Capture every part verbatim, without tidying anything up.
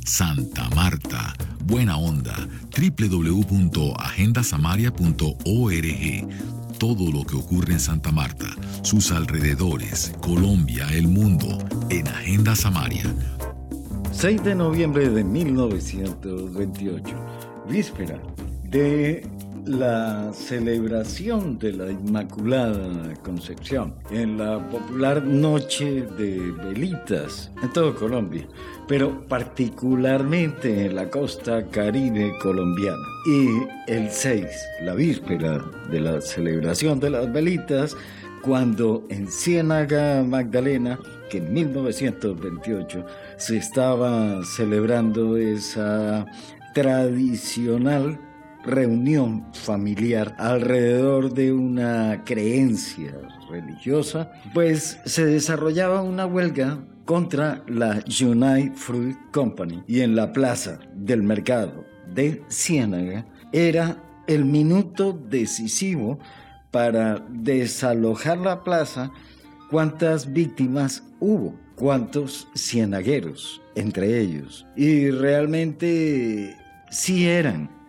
Santa Marta, buena onda, doble u doble u doble u punto agenda samaria punto org. Todo lo que ocurre en Santa Marta, sus alrededores, Colombia, el mundo, en Agenda Samaria. seis de noviembre de mil novecientos veintiocho, víspera de la celebración de la Inmaculada Concepción, en la popular Noche de Velitas en todo Colombia, pero particularmente en la costa caribe colombiana. Y el seis, la víspera de la celebración de las velitas, cuando en Ciénaga Magdalena, que en mil novecientos veintiocho se estaba celebrando esa tradicional reunión familiar alrededor de una creencia religiosa, pues se desarrollaba una huelga contra la United Fruit Company, y en la plaza del mercado de Ciénaga era el minuto decisivo para desalojar la plaza. ¿Cuántas víctimas hubo? ¿Cuántos cienagueros entre ellos? Y realmente sí eran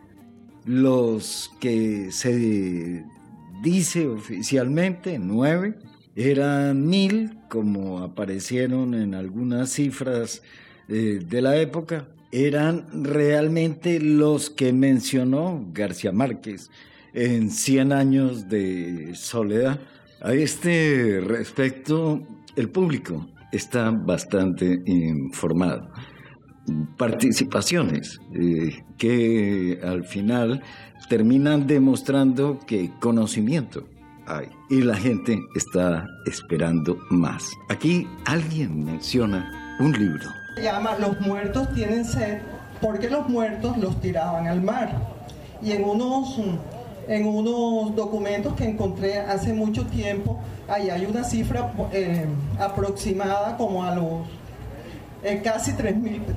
los que se dice oficialmente nueve, eran mil, como aparecieron en algunas cifras eh, de la época, eran realmente los que mencionó García Márquez en Cien años de soledad. A este respecto, el público está bastante informado. Participaciones eh, que al final terminan demostrando que conocimiento hay y la gente está esperando más. Aquí alguien menciona un libro. Se llama Los muertos tienen sed, porque los muertos los tiraban al mar. Y en unos, en unos documentos que encontré hace mucho tiempo, ahí hay una cifra eh, aproximada como a los Eh, casi tres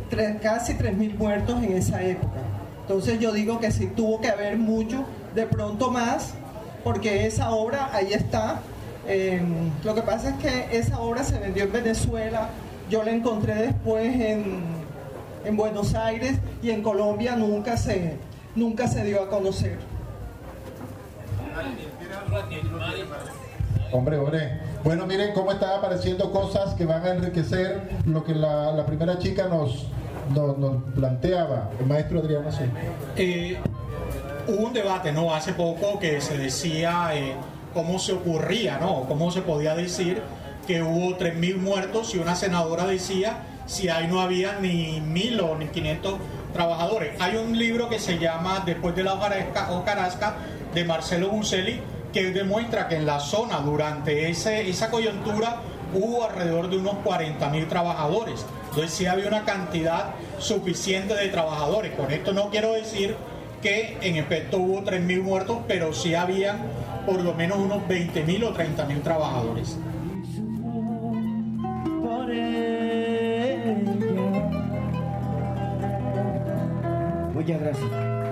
mil muertos en esa época. Entonces yo digo que sí tuvo que haber mucho, de pronto más, porque esa obra ahí está. Eh, lo que pasa es que esa obra se vendió en Venezuela, yo la encontré después en, en Buenos Aires, y en Colombia nunca se, nunca se dio a conocer. Hombre, hombre. Bueno, miren cómo están apareciendo cosas que van a enriquecer lo que la, la primera chica nos, nos, nos planteaba, el maestro Adriano. Sí. Eh, hubo un debate, ¿no? Hace poco que se decía eh, cómo se ocurría, ¿no? Cómo se podía decir que hubo tres mil muertos, y una senadora decía si ahí no había ni mil o ni quinientos trabajadores. Hay un libro que se llama Después de la hojarasca, de Marcelo Bucelli, que demuestra que en la zona durante ese, esa coyuntura hubo alrededor de unos cuarenta mil trabajadores. Entonces sí había una cantidad suficiente de trabajadores. Con esto no quiero decir que en efecto hubo tres mil muertos, pero sí habían por lo menos unos veinte mil o treinta mil trabajadores. Muchas gracias.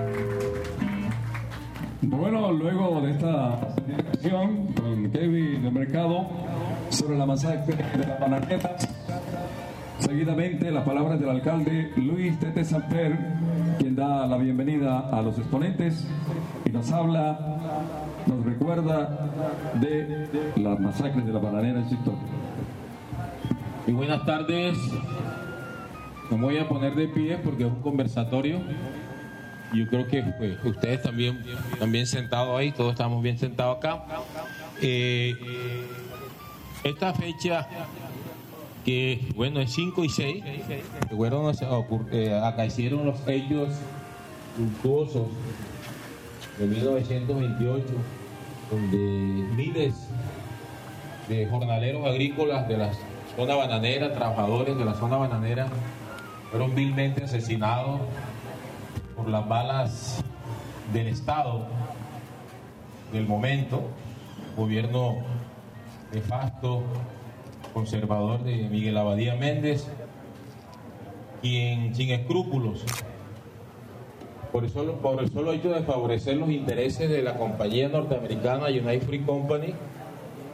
Bueno, luego de esta presentación con Kevin del Mercado sobre la masacre de la Bananera, seguidamente las palabras del alcalde Luis Tete Samper, quien da la bienvenida a los exponentes y nos habla, nos recuerda de las masacres de la Bananera en su historia. Muy buenas tardes. Me voy a poner de pie porque es un conversatorio. Yo creo que pues, ustedes también, también sentados ahí, todos estamos bien sentados acá. Eh, esta fecha, que bueno, es cinco y seis, que fueron, eh, acaecieron los hechos luctuosos de mil novecientos veintiocho, donde miles de jornaleros agrícolas de la zona bananera, trabajadores de la zona bananera, fueron vilmente asesinados por las balas del Estado del momento, gobierno de facto conservador de Miguel Abadía Méndez, quien sin escrúpulos, por el solo, por el solo hecho de favorecer los intereses de la compañía norteamericana United Fruit Company,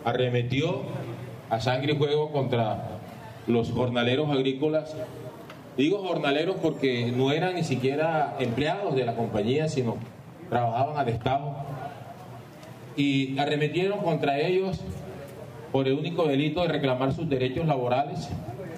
arremetió a sangre y fuego contra los jornaleros agrícolas Digo jornaleros porque no eran ni siquiera empleados de la compañía, sino trabajaban al Estado. Y arremetieron contra ellos por el único delito de reclamar sus derechos laborales.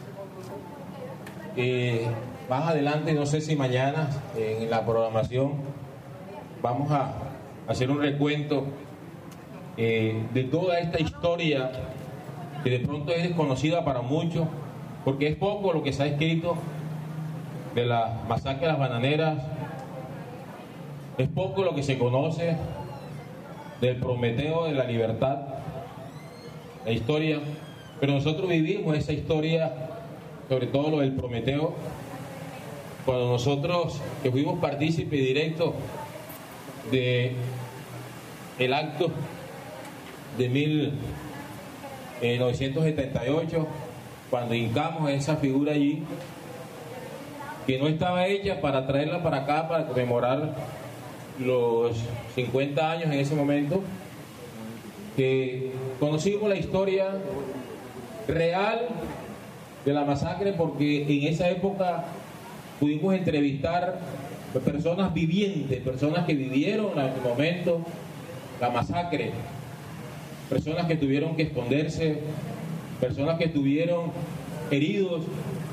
Eh, más adelante, no sé si mañana en la programación vamos a hacer un recuento eh, de toda esta historia que de pronto es desconocida para muchos, porque es poco lo que se ha escrito de la masacre de las bananeras, es poco lo que se conoce del Prometeo de la Libertad, la historia, pero nosotros vivimos esa historia, sobre todo lo del Prometeo, cuando nosotros que fuimos partícipes directos de el acto de mil novecientos setenta y ocho, cuando hincamos esa figura allí, que no estaba hecha para traerla para acá, para conmemorar los cincuenta años en ese momento, que conocimos la historia real de la masacre, porque en esa época pudimos entrevistar personas vivientes, personas que vivieron en el momento la masacre, personas que tuvieron que esconderse, personas que estuvieron heridos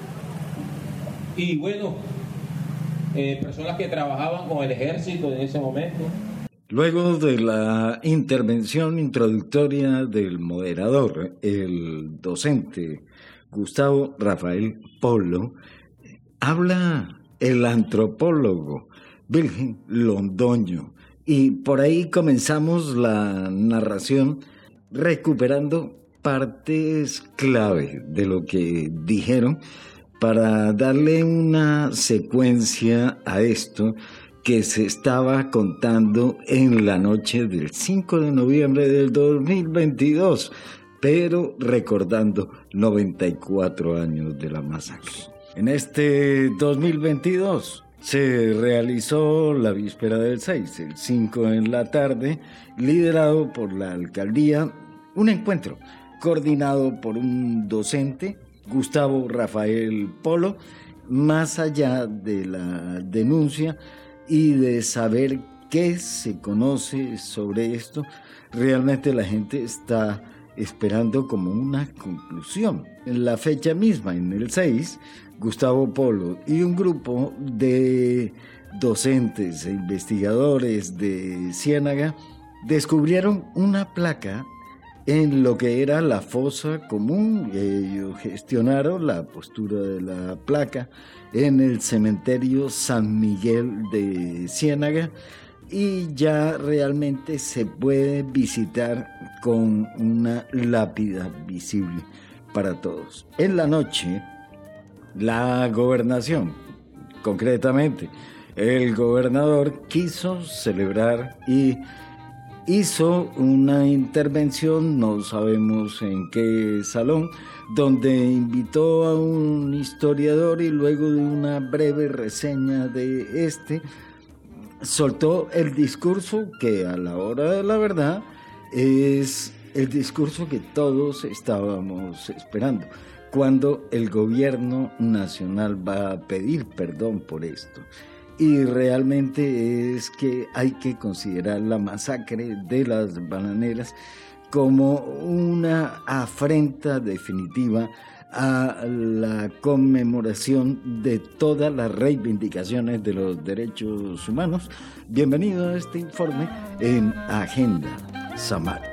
y bueno, eh, personas que trabajaban con el ejército en ese momento. Luego de la intervención introductoria del moderador, el docente Gustavo Rafael Polo, habla el antropólogo Virgen Londoño, y por ahí comenzamos la narración recuperando partes clave de lo que dijeron para darle una secuencia a esto que se estaba contando en la noche del cinco de noviembre del dos mil veintidós, pero recordando noventa y cuatro años de la masacre. En este dos mil veintidós se realizó la víspera del seis, el cinco en la tarde, liderado por la alcaldía, un encuentro coordinado por un docente, Gustavo Rafael Polo, más allá de la denuncia y de saber qué se conoce sobre esto, realmente la gente está esperando como una conclusión. En la fecha misma, en el seis, Gustavo Polo y un grupo de docentes e investigadores de Ciénaga descubrieron una placa en lo que era la fosa común. Ellos gestionaron la postura de la placa en el cementerio San Miguel de Ciénaga y ya realmente se puede visitar con una lápida visible para todos. En la noche, la gobernación, concretamente el gobernador, quiso celebrar y hizo una intervención, no sabemos en qué salón, donde invitó a un historiador y luego de una breve reseña de este, soltó el discurso que a la hora de la verdad es el discurso que todos estábamos esperando, cuando el gobierno nacional va a pedir perdón por esto. Y realmente es que hay que considerar la masacre de las bananeras como una afrenta definitiva a la conmemoración de todas las reivindicaciones de los derechos humanos. Bienvenido a este informe en Agenda Samaria.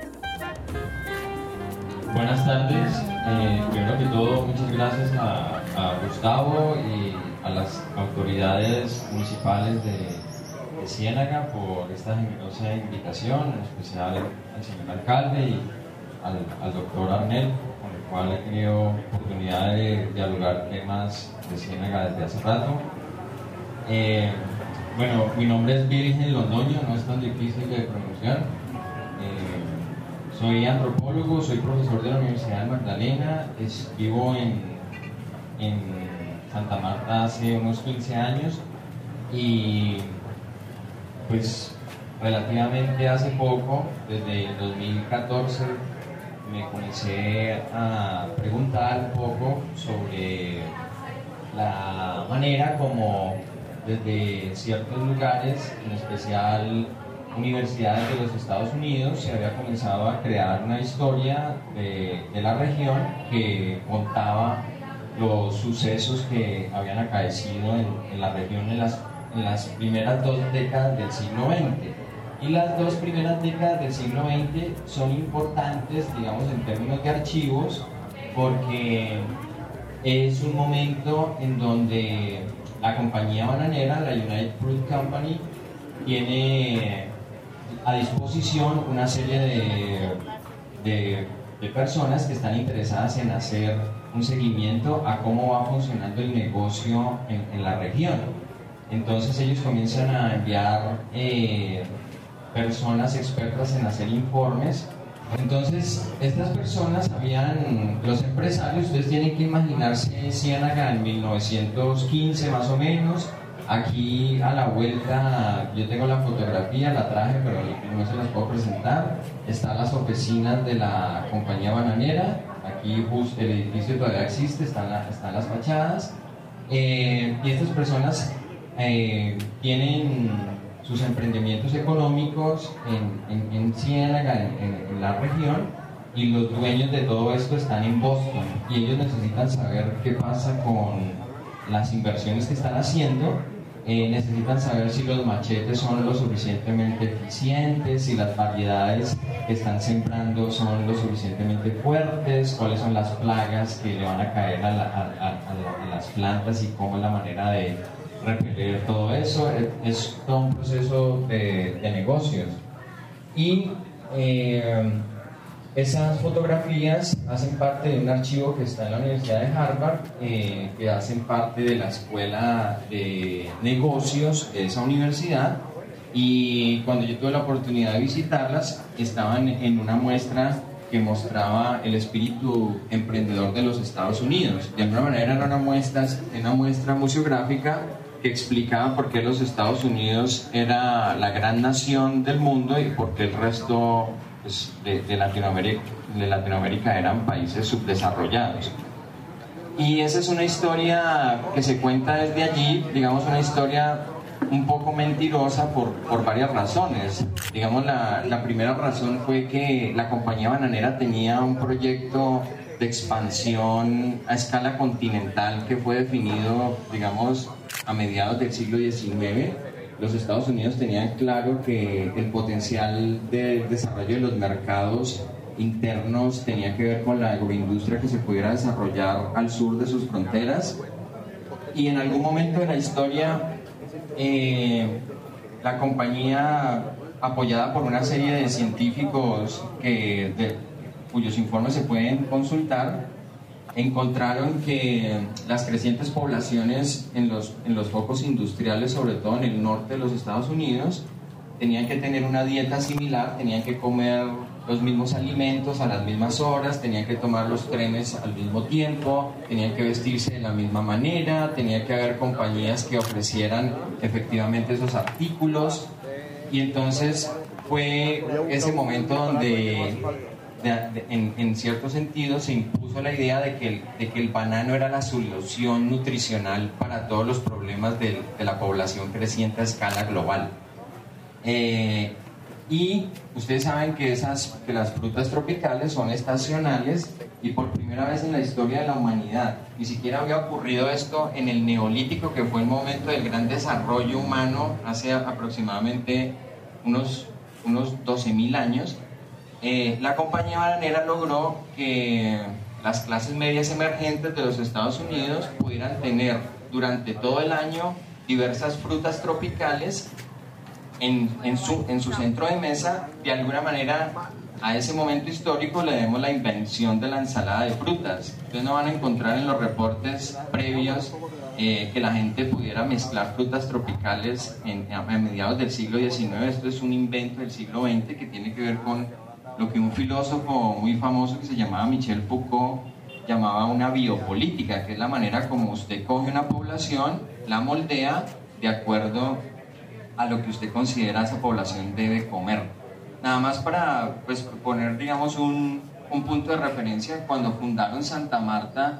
Buenas tardes. Eh, primero que todo, muchas gracias a, a Gustavo y a las autoridades municipales de, de Ciénaga por esta generosa invitación, en especial al señor alcalde y al, al doctor Arnel, con el cual he tenido oportunidad de dialogar temas de Ciénaga desde hace rato. Eh, bueno, mi nombre es Virgen Londoño, no es tan difícil de pronunciar. Eh, soy antropólogo, soy profesor de la Universidad de Magdalena, es, vivo en, en Santa Marta hace unos quince años y pues relativamente hace poco, desde el dos mil catorce, me comencé a preguntar un poco sobre la igual manera como desde ciertos lugares, en especial universidades de los Estados Unidos, se había comenzado a crear una historia de, de la región que contaba los sucesos que habían acaecido en, en la región en las, en las primeras dos décadas del siglo veinte. Y las dos primeras décadas del siglo veinte son importantes, digamos, en términos de archivos, porque es un momento en donde la compañía bananera, la United Fruit Company, tiene a disposición una serie de, de, de personas que están interesadas en hacer un seguimiento a cómo va funcionando el negocio en, en la región. Entonces ellos comienzan a enviar eh, personas expertas en hacer informes. Entonces estas personas habían, los empresarios, ustedes tienen que imaginarse Ciénaga en mil novecientos quince más o menos. Aquí a la vuelta, yo tengo la fotografía, la traje, pero no se las puedo presentar. Están las oficinas de la compañía bananera. Aquí justo el edificio todavía existe, están, la, están las fachadas. Eh, y estas personas eh, tienen sus emprendimientos económicos en, en, en Ciénaga, en, en, en la región, y los dueños de todo esto están en Boston. Y ellos necesitan saber qué pasa con las inversiones que están haciendo. Eh, necesitan saber si los machetes son lo suficientemente eficientes, si las variedades que están sembrando son lo suficientemente fuertes, cuáles son las plagas que le van a caer a, la, a, a, a, a las plantas y cómo es la manera de repeler todo eso. Es, es todo un proceso de, de negocios. Y eh, esas fotografías hacen parte de un archivo que está en la Universidad de Harvard, eh, que hacen parte de la escuela de negocios de esa universidad, y cuando yo tuve la oportunidad de visitarlas, estaban en una muestra que mostraba el espíritu emprendedor de los Estados Unidos. De alguna manera era una muestra, una muestra museográfica que explicaba por qué los Estados Unidos era la gran nación del mundo y por qué el resto pues, de, de, Latinoamérica, de Latinoamérica eran países subdesarrollados. Y esa es una historia que se cuenta desde allí, digamos una historia un poco mentirosa por, por varias razones. Digamos, la, la primera razón fue que la compañía bananera tenía un proyecto de expansión a escala continental que fue definido, digamos, a mediados del siglo diecinueve. Los Estados Unidos tenían claro que el potencial de desarrollo de los mercados internos tenía que ver con la agroindustria que se pudiera desarrollar al sur de sus fronteras, y en algún momento de la historia eh, la compañía, apoyada por una serie de científicos que, de, cuyos informes se pueden consultar, encontraron que las crecientes poblaciones en los, en los focos industriales, sobre todo en el norte de los Estados Unidos, tenían que tener una dieta similar, tenían que comer los mismos alimentos a las mismas horas, tenían que tomar los trenes al mismo tiempo, tenían que vestirse de la misma manera, tenía que haber compañías que ofrecieran efectivamente esos artículos, y entonces fue ese momento donde de, de, en, en cierto sentido se impuso la idea de que, el, de que el banano era la solución nutricional para todos los problemas de, de la población creciente a escala global. Eh, y ustedes saben que, esas, que las frutas tropicales son estacionales, y por primera vez en la historia de la humanidad, ni siquiera había ocurrido esto en el Neolítico, que fue el momento del gran desarrollo humano hace aproximadamente unos, unos doce mil años. Eh, la compañía bananera logró que las clases medias emergentes de los Estados Unidos pudieran tener durante todo el año diversas frutas tropicales En, en, su, en su centro de mesa. De alguna manera a ese momento histórico le debemos la invención de la ensalada de frutas. Ustedes no van a encontrar en los reportes previos eh, que la gente pudiera mezclar frutas tropicales en, a, a mediados del siglo diecinueve. Esto es un invento del siglo veinte que tiene que ver con lo que un filósofo muy famoso que se llamaba Michel Foucault llamaba una biopolítica, que es la manera como usted coge una población, la moldea de acuerdo a lo que usted considera esa población debe comer. Nada más para pues, poner, digamos, un, un punto de referencia, cuando fundaron Santa Marta,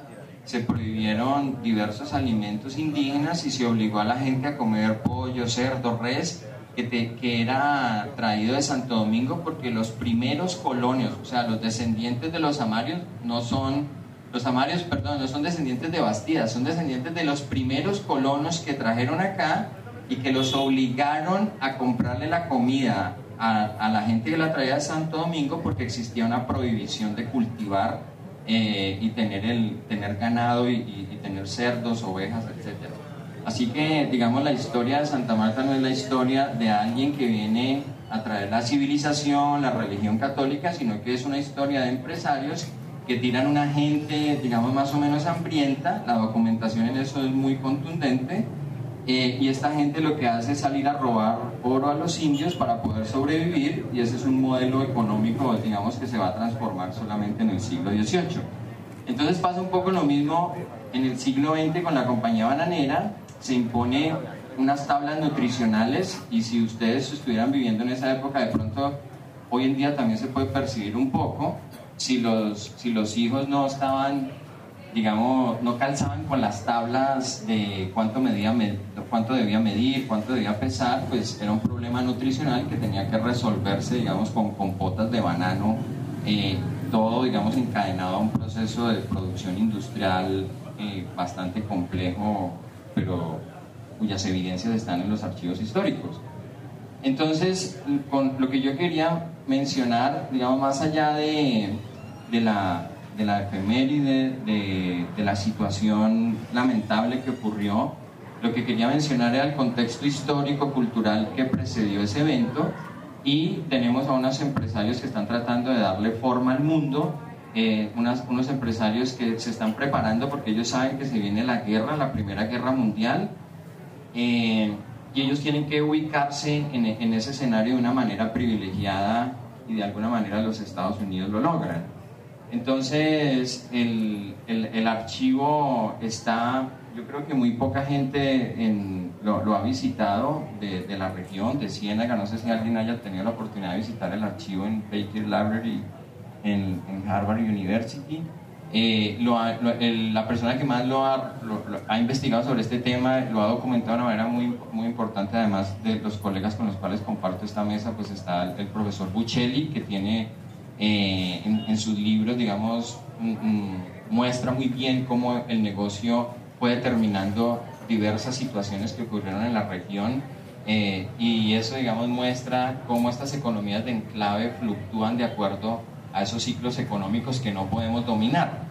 se prohibieron diversos alimentos indígenas y se obligó a la gente a comer pollo, cerdo, res, que, te, que era traído de Santo Domingo, porque los primeros colonios, o sea, los descendientes de los amarios, no son, los amarios, perdón, no son descendientes de Bastidas, son descendientes de los primeros colonos que trajeron acá y que los obligaron a comprarle la comida a, a la gente que la traía de Santo Domingo, porque existía una prohibición de cultivar Eh, y tener, el, tener ganado y, y, y tener cerdos, ovejas, etcétera. Así que, digamos, la historia de Santa Marta no es la historia de alguien que viene a traer la civilización, la religión católica, sino que es una historia de empresarios que tiran una gente, digamos, más o menos hambrienta. La documentación en eso es muy contundente. Eh, y esta gente lo que hace es salir a robar oro a los indios para poder sobrevivir, y ese es un modelo económico, digamos, que se va a transformar solamente en el siglo dieciocho. Entonces pasa un poco lo mismo en el siglo veinte con la compañía bananera. Se impone unas tablas nutricionales, y si ustedes estuvieran viviendo en esa época, de pronto hoy en día también se puede percibir un poco, si los, si los hijos no estaban, digamos, no calzaban con las tablas de cuánto, medía, cuánto debía medir, cuánto debía pesar, pues era un problema nutricional que tenía que resolverse, digamos, con compotas de banano, eh, todo, digamos, encadenado a un proceso de producción industrial eh, bastante complejo, pero cuyas evidencias están en los archivos históricos. Entonces, con lo que yo quería mencionar, digamos, más allá de, de la... de la efeméride, de, de la situación lamentable que ocurrió, lo que quería mencionar era el contexto histórico, cultural que precedió ese evento, y tenemos a unos empresarios que están tratando de darle forma al mundo, eh, unas, unos empresarios que se están preparando porque ellos saben que se viene la guerra, la Primera Guerra Mundial, eh, y ellos tienen que ubicarse en, en ese escenario de una manera privilegiada, y de alguna manera los Estados Unidos lo logran. Entonces el, el, el archivo está, yo creo que muy poca gente en, lo, lo ha visitado de, de la región, de Ciénaga. No sé si alguien haya tenido la oportunidad de visitar el archivo en Baker Library en, en Harvard University. Eh, lo ha, lo, el, la persona que más lo ha, lo, lo ha investigado sobre este tema, lo ha documentado de una manera muy, muy importante, además de los colegas con los cuales comparto esta mesa, pues está el, el profesor Buccelli, que tiene Eh, en, en sus libros, digamos, mm, muestra muy bien cómo el negocio fue determinando diversas situaciones que ocurrieron en la región, eh, y eso, digamos, muestra cómo estas economías de enclave fluctúan de acuerdo a esos ciclos económicos que no podemos dominar.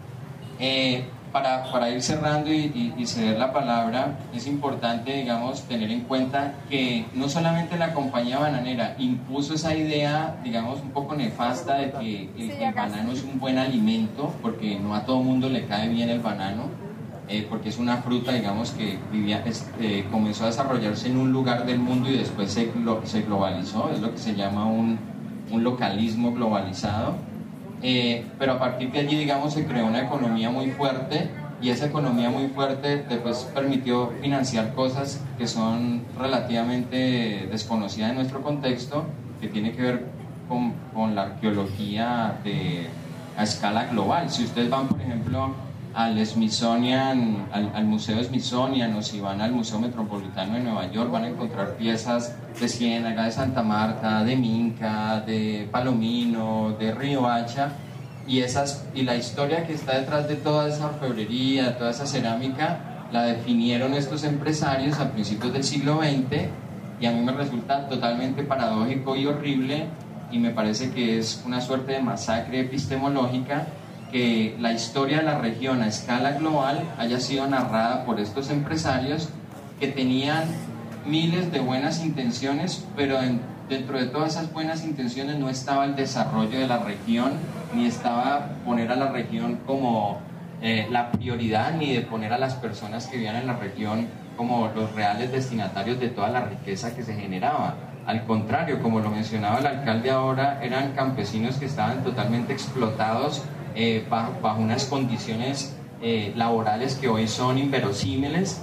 Eh, para, para ir cerrando y, y, y ceder la palabra, es importante, digamos, tener en cuenta que no solamente la compañía bananera impuso esa idea, digamos, un poco nefasta de que el, el banano es un buen alimento, porque no a todo mundo le cae bien el banano, eh, porque es una fruta, digamos, que vivía, eh, comenzó a desarrollarse en un lugar del mundo y después se, se globalizó, es lo que se llama un, un localismo globalizado. Eh, pero a partir de allí, digamos, se creó una economía muy fuerte, y esa economía muy fuerte después permitió financiar cosas que son relativamente desconocidas en nuestro contexto, que tiene que ver con, con la arqueología de, a escala global. Si ustedes van, por ejemplo, al Smithsonian, al, al Museo Smithsonian, o si van al Museo Metropolitano de Nueva York, van a encontrar piezas de Ciénaga, de Santa Marta, de Minca, de Palomino, de Riohacha, y, esas, y la historia que está detrás de toda esa orfebrería, de toda esa cerámica, la definieron estos empresarios a principios del siglo veinte, y a mí me resulta totalmente paradójico y horrible, y me parece que es una suerte de masacre epistemológica que la historia de la región a escala global haya sido narrada por estos empresarios que tenían miles de buenas intenciones, pero en, dentro de todas esas buenas intenciones no estaba el desarrollo de la región, ni estaba poner a la región como eh, la prioridad, ni de poner a las personas que vivían en la región como los reales destinatarios de toda la riqueza que se generaba. Al contrario, como lo mencionaba el alcalde ahora, eran campesinos que estaban totalmente explotados eh, bajo, bajo unas condiciones eh, laborales que hoy son inverosímiles,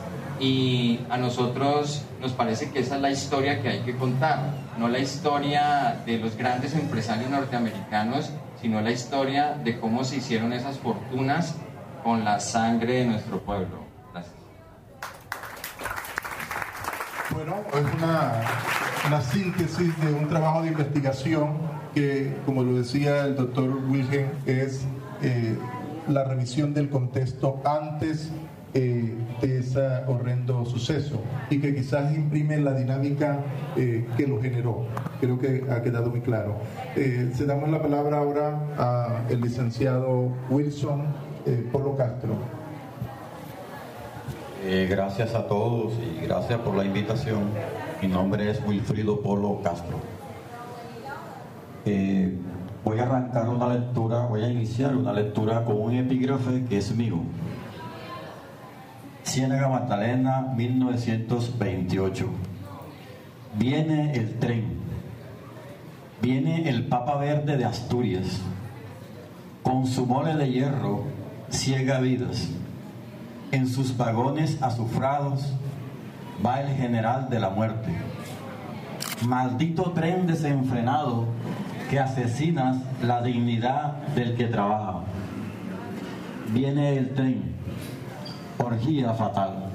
y a nosotros nos parece que esa es la historia que hay que contar, no la historia de los grandes empresarios norteamericanos, sino la historia de cómo se hicieron esas fortunas con la sangre de nuestro pueblo. Gracias. Bueno, es una, una síntesis de un trabajo de investigación que, como lo decía el doctor Wilhelm, es eh, la revisión del contexto antes eh, de ese horrendo suceso y que quizás imprime la dinámica eh, que lo generó. Creo que ha quedado muy claro. Eh, se damos la palabra ahora al licenciado Wilson eh, Polo Castro. Eh, gracias a todos y gracias por la invitación. Mi nombre es Wilfrido Polo Castro. Eh, voy a arrancar una lectura, voy a iniciar una lectura con un epígrafe que es mío. Ciénaga Magdalena, mil novecientos veintiocho. Viene el tren, viene el Papa Verde de Asturias, con su mole de hierro ciega vidas. En sus vagones azufrados va el general de la muerte. Maldito tren desenfrenado que asesinas la dignidad del que trabaja. Viene el tren, orgía fatal.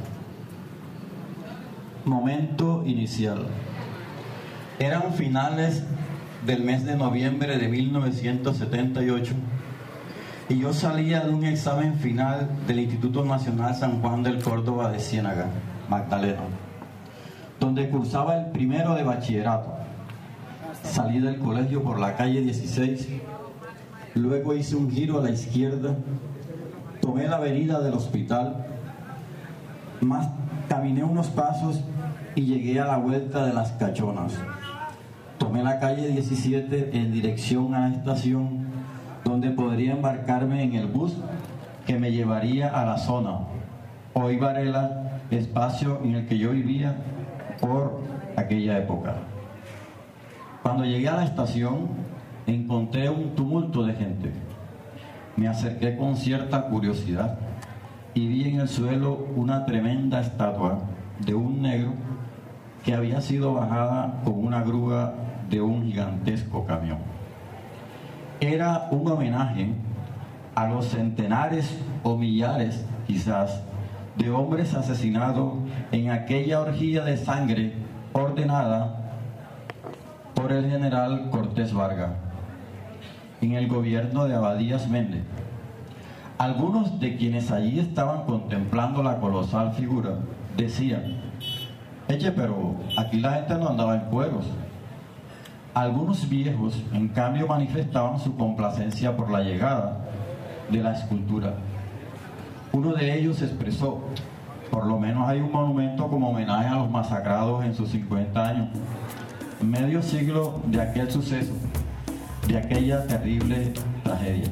Momento inicial. Eran finales del mes de noviembre de mil novecientos setenta y ocho y yo salía de un examen final del Instituto Nacional San Juan del Córdoba de Ciénaga, Magdalena, donde cursaba el primero de bachillerato. Salí del colegio por la calle dieciséis, luego hice un giro a la izquierda, tomé la avenida del hospital, más caminé unos pasos y llegué a la vuelta de las Cachonas. Tomé la calle diecisiete en dirección a la estación donde podría embarcarme en el bus que me llevaría a la zona, hoy Varela, espacio en el que yo vivía por aquella época. Cuando llegué a la estación, encontré un tumulto de gente. Me acerqué con cierta curiosidad y vi en el suelo una tremenda estatua de un negro que había sido bajada con una grúa de un gigantesco camión. Era un homenaje a los centenares o millares, quizás, de hombres asesinados en aquella orgía de sangre ordenada por el general Cortés Vargas en el gobierno de Abadías Méndez. Algunos de quienes allí estaban contemplando la colosal figura decían: eche, pero aquí la gente no andaba en cueros. Algunos viejos, en cambio, manifestaban su complacencia por la llegada de la escultura. Uno de ellos expresó: por lo menos hay un monumento como homenaje a los masacrados en sus cincuenta años. Medio siglo de aquel suceso, de aquella terrible tragedia.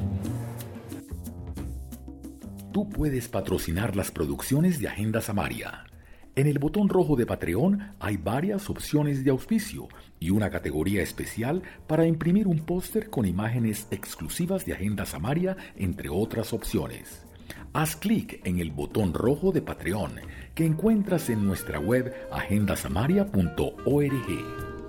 Tú puedes patrocinar las producciones de Agenda Samaria. En el botón rojo de Patreon hay varias opciones de auspicio y una categoría especial para imprimir un póster con imágenes exclusivas de Agenda Samaria, entre otras opciones. Haz clic en el botón rojo de Patreon que encuentras en nuestra web agenda samaria punto org.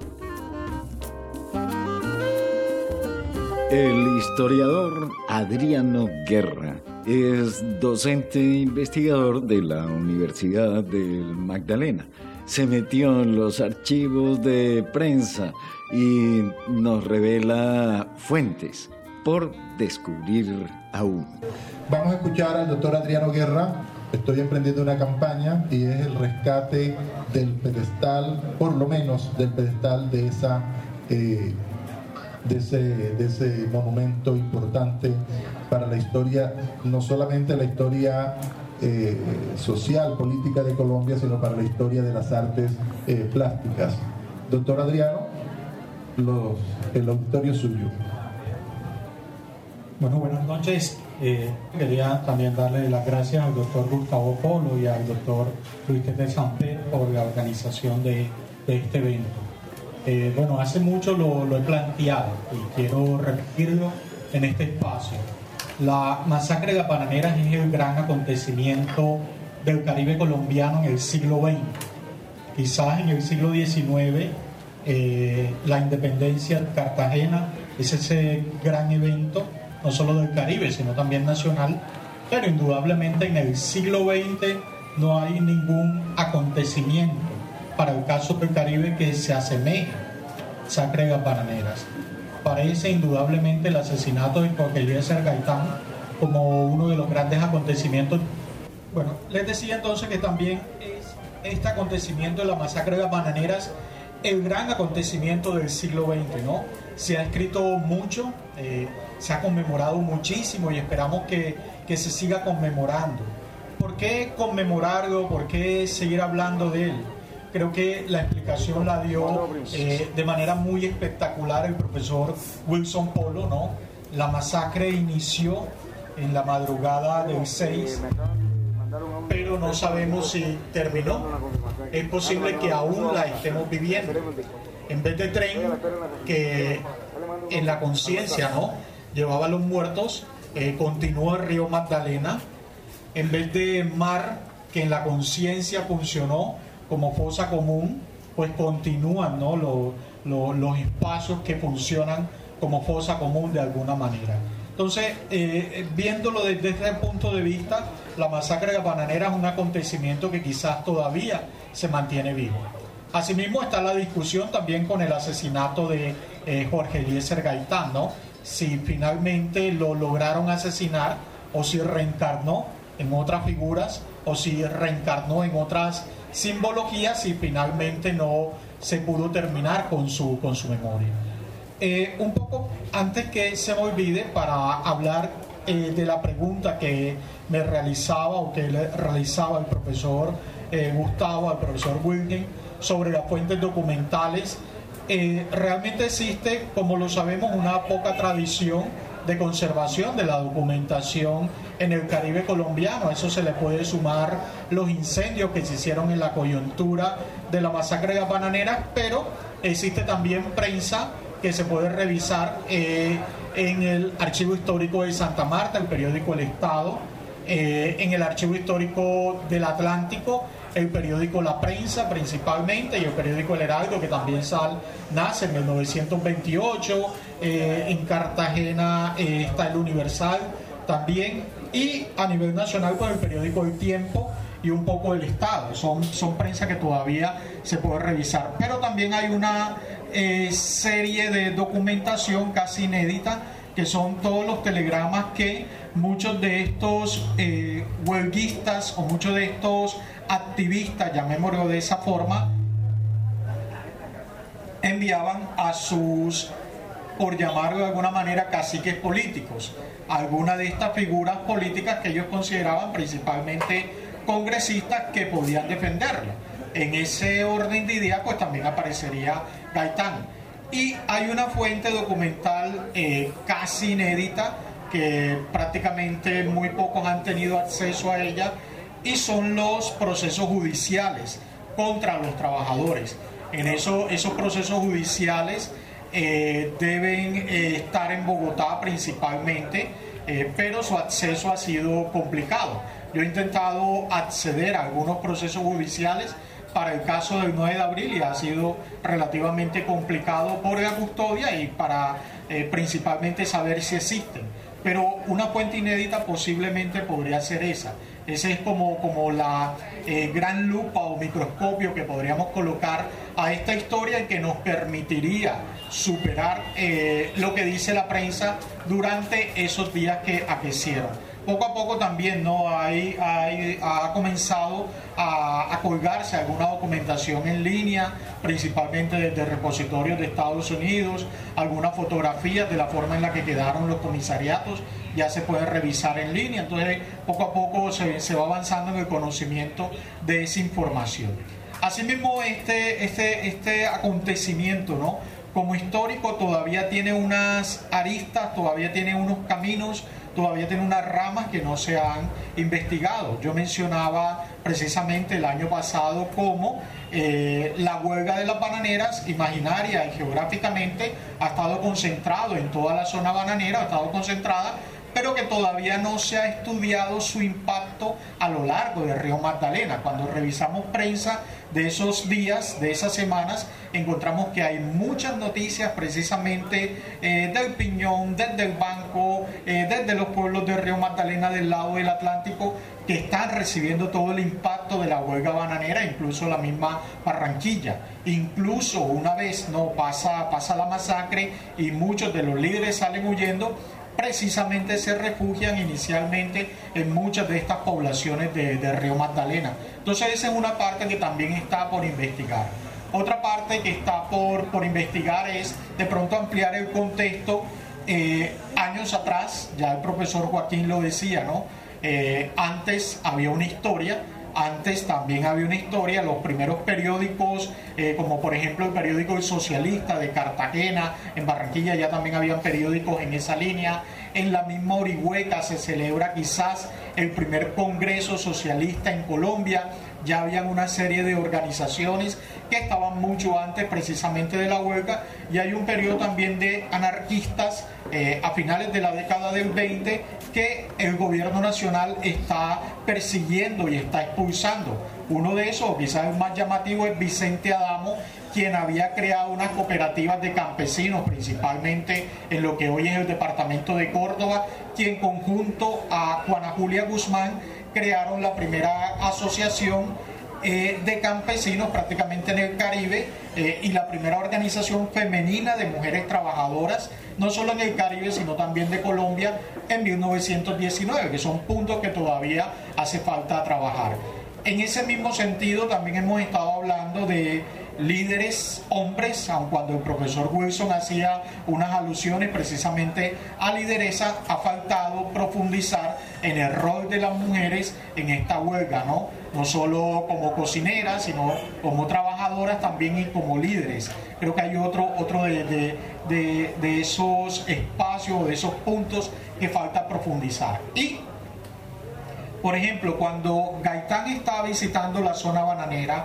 El historiador Adriano Guerra es docente e investigador de la Universidad del Magdalena. Se metió en los archivos de prensa y nos revela fuentes por descubrir aún. Vamos a escuchar al doctor Adriano Guerra. Estoy emprendiendo una campaña y es el rescate del pedestal, por lo menos del pedestal de esa eh, de ese, de ese monumento importante para la historia, no solamente la historia eh, social, política de Colombia, sino para la historia de las artes eh, plásticas. Doctor Adriano, los, el auditorio es suyo. Bueno, buenas noches. Eh, quería también darle las gracias al doctor Gustavo Polo y al doctor Luis de Samper por la organización de, de este evento. Eh, bueno, hace mucho lo, lo he planteado y quiero repetirlo en este espacio. La masacre de Bananeras es el gran acontecimiento del Caribe colombiano en el siglo veinte. Quizás en el siglo diecinueve eh, la independencia de Cartagena es ese gran evento, no solo del Caribe, sino también nacional, pero indudablemente en el siglo veinte no hay ningún acontecimiento para el caso del Caribe que se asemeje a Masacre de las Bananeras. Parece indudablemente el asesinato de Jorge Eliezer Gaitán como uno de los grandes acontecimientos. Bueno, les decía entonces que también es este acontecimiento de la Masacre de las Bananeras el gran acontecimiento del siglo veinte, ¿no? Se ha escrito mucho, eh, se ha conmemorado muchísimo y esperamos que, que se siga conmemorando. ¿Por qué conmemorarlo? ¿Por qué seguir hablando de él? Creo que la explicación la dio eh, de manera muy espectacular el profesor Wilson Polo, ¿no? La masacre inició en la madrugada del seis, pero no sabemos si terminó. Es posible que aún la estemos viviendo. En vez de tren que en la conciencia, ¿no?, llevaba a los muertos, eh, continúa el río Magdalena. En vez de mar que en la conciencia funcionó como fosa común, pues continúan, ¿no?, los, los, los espacios que funcionan como fosa común de alguna manera. Entonces, eh, viéndolo desde este punto de vista, la masacre de las Bananeras es un acontecimiento que quizás todavía se mantiene vivo. Asimismo está la discusión también con el asesinato de eh, Jorge Eliezer Gaitán, ¿no? Si finalmente lo lograron asesinar o si reencarnó en otras figuras o si reencarnó en otras simbologías y finalmente no se pudo terminar con su, con su memoria. Eh, un poco antes que se me olvide, para hablar eh, de la pregunta que me realizaba o que le realizaba el profesor eh, Gustavo, al profesor Wilken, sobre las fuentes documentales, eh, realmente existe, como lo sabemos, una poca tradición de conservación de la documentación en el Caribe colombiano. A eso se le puede sumar los incendios que se hicieron en la coyuntura de la masacre de las Bananeras, pero existe también prensa que se puede revisar eh, en el Archivo Histórico de Santa Marta, el periódico El Estado, eh, en el Archivo Histórico del Atlántico, el periódico La Prensa principalmente, y el periódico El Heraldo, que también sal, nace en mil novecientos veintiocho, eh, en Cartagena eh, está el Universal también, y a nivel nacional pues el periódico El Tiempo y un poco El Estado. Son, son prensa que todavía se puede revisar, pero también hay una eh, serie de documentación casi inédita, que son todos los telegramas que muchos de estos eh, huelguistas o muchos de estos activistas, llamémoslo de esa forma, enviaban a sus, por llamarlo de alguna manera, caciques políticos, algunas de estas figuras políticas que ellos consideraban principalmente congresistas que podían defenderlo. En ese orden de ideas pues también aparecería Gaitán. Y hay una fuente documental eh, casi inédita, que prácticamente muy pocos han tenido acceso a ella, y son los procesos judiciales contra los trabajadores. En eso, esos procesos judiciales eh, deben eh, estar en Bogotá principalmente, eh, pero su acceso ha sido complicado. Yo he intentado acceder a algunos procesos judiciales para el caso del nueve de abril y ha sido relativamente complicado por la custodia y para eh, principalmente saber si existen. Pero una fuente inédita posiblemente podría ser esa. Esa es como, como la eh, gran lupa o microscopio que podríamos colocar a esta historia y que nos permitiría superar eh, lo que dice la prensa durante esos días que aquecieron. Poco a poco también no hay, hay, ha comenzado a, a colgarse alguna documentación en línea, principalmente desde repositorios de Estados Unidos, algunas fotografías de la forma en la que quedaron los comisariatos ya se puede revisar en línea. Entonces poco a poco se, se va avanzando en el conocimiento de esa información. Asimismo, este, este, este acontecimiento, ¿no?, como histórico todavía tiene unas aristas, todavía tiene unos caminos, todavía tiene unas ramas que no se han investigado. Yo mencionaba precisamente el año pasado cómo eh, la huelga de las bananeras, imaginaria y geográficamente, ha estado concentrado en toda la zona bananera, ha estado concentrada pero que todavía no se ha estudiado su impacto a lo largo del río Magdalena. Cuando revisamos prensa de esos días, de esas semanas, encontramos que hay muchas noticias precisamente eh, del Piñón, desde el Banco, eh, desde los pueblos del río Magdalena del lado del Atlántico, que están recibiendo todo el impacto de la huelga bananera, incluso la misma Barranquilla. Incluso una vez no pasa, pasa la masacre y muchos de los líderes salen huyendo, precisamente se refugian inicialmente en muchas de estas poblaciones de, de Río Magdalena. Entonces esa es una parte que también está por investigar. Otra parte que está por, por investigar es de pronto ampliar el contexto. Eh, años atrás, ya el profesor Joaquín lo decía, ¿no? Eh, antes había una historia, antes también había una historia, los primeros periódicos, eh, como por ejemplo el periódico El Socialista de Cartagena, en Barranquilla ya también habían periódicos en esa línea. En la misma Orihuela se celebra quizás el primer congreso socialista en Colombia, ya habían una serie de organizaciones que estaban mucho antes precisamente de la huelga, y hay un periodo también de anarquistas eh, a finales de la década del veinte que el gobierno nacional está persiguiendo y está expulsando. Uno de esos, quizás el más llamativo, es Vicente Adamo, quien había creado unas cooperativas de campesinos, principalmente en lo que hoy es el departamento de Córdoba, quien conjunto a Juana Julia Guzmán crearon la primera asociación eh, de campesinos prácticamente en el Caribe eh, y la primera organización femenina de mujeres trabajadoras, no solo en el Caribe, sino también de Colombia en mil novecientos diecinueve, que son puntos que todavía hace falta trabajar. En ese mismo sentido, también hemos estado hablando de líderes hombres, aun cuando el profesor Wilson hacía unas alusiones precisamente a lideresa, ha faltado profundizar en el rol de las mujeres en esta huelga, ¿no? No solo como cocineras, sino como trabajadoras también y como líderes. Creo que hay otro, otro de, de, de, de esos espacios, de esos puntos que falta profundizar. Y, por ejemplo, cuando Gaitán estaba visitando la zona bananera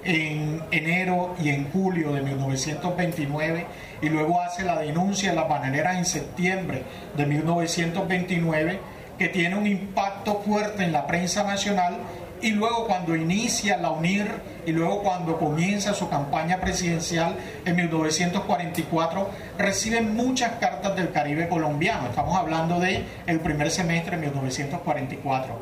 en enero y en julio de mil novecientos veintinueve y luego hace la denuncia de las bananeras en septiembre de mil novecientos veintinueve, que tiene un impacto fuerte en la prensa nacional, y luego cuando inicia la UNIR y luego cuando comienza su campaña presidencial en mil novecientos cuarenta y cuatro, reciben muchas cartas del Caribe colombiano. Estamos hablando de el primer semestre de mil novecientos cuarenta y cuatro.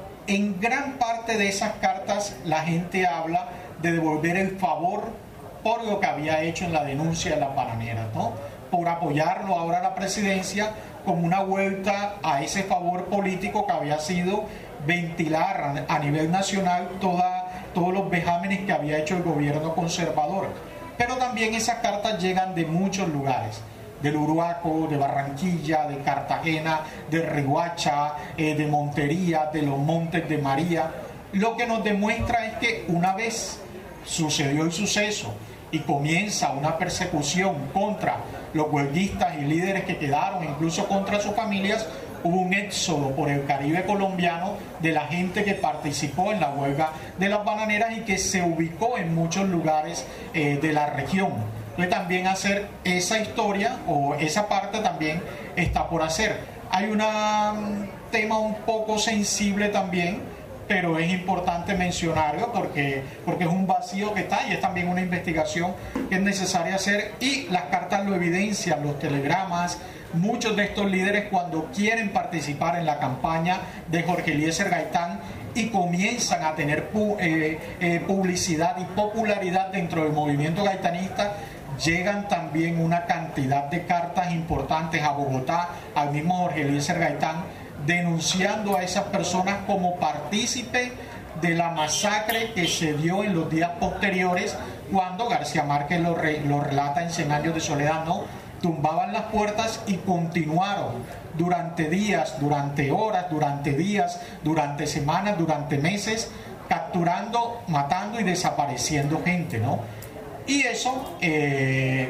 En gran parte de esas cartas la gente habla de devolver el favor por lo que había hecho en la denuncia de las bananeras, ¿no? Por apoyarlo ahora a la presidencia como una vuelta a ese favor político que había sido ventilar a nivel nacional toda, todos los vejámenes que había hecho el gobierno conservador. Pero también esas cartas llegan de muchos lugares, del Uruaco, de Barranquilla, de Cartagena, de Riohacha, eh, de Montería, de los Montes de María. Lo que nos demuestra es que una vez sucedió el suceso y comienza una persecución contra los huelguistas y líderes que quedaron, incluso contra sus familias, hubo un éxodo por el Caribe colombiano de la gente que participó en la huelga de las bananeras y que se ubicó en muchos lugares eh, de la región. Entonces también hacer esa historia o esa parte también está por hacer. Hay un tema un poco sensible también, pero es importante mencionarlo porque, porque es un vacío que está y es también una investigación que es necesaria hacer, y las cartas lo evidencian, los telegramas. Muchos de estos líderes, cuando quieren participar en la campaña de Jorge Eliezer Gaitán y comienzan a tener pu eh, eh, publicidad y popularidad dentro del movimiento gaitanista, llegan también una cantidad de cartas importantes a Bogotá, al mismo Jorge Eliezer Gaitán, denunciando a esas personas como partícipe de la masacre que se dio en los días posteriores, cuando García Márquez lo, re, lo relata en Cien años de soledad, ¿no? Tumbaban las puertas y continuaron durante días, durante horas, durante días, durante semanas, durante meses, capturando, matando y desapareciendo gente, ¿no? Y eso eh,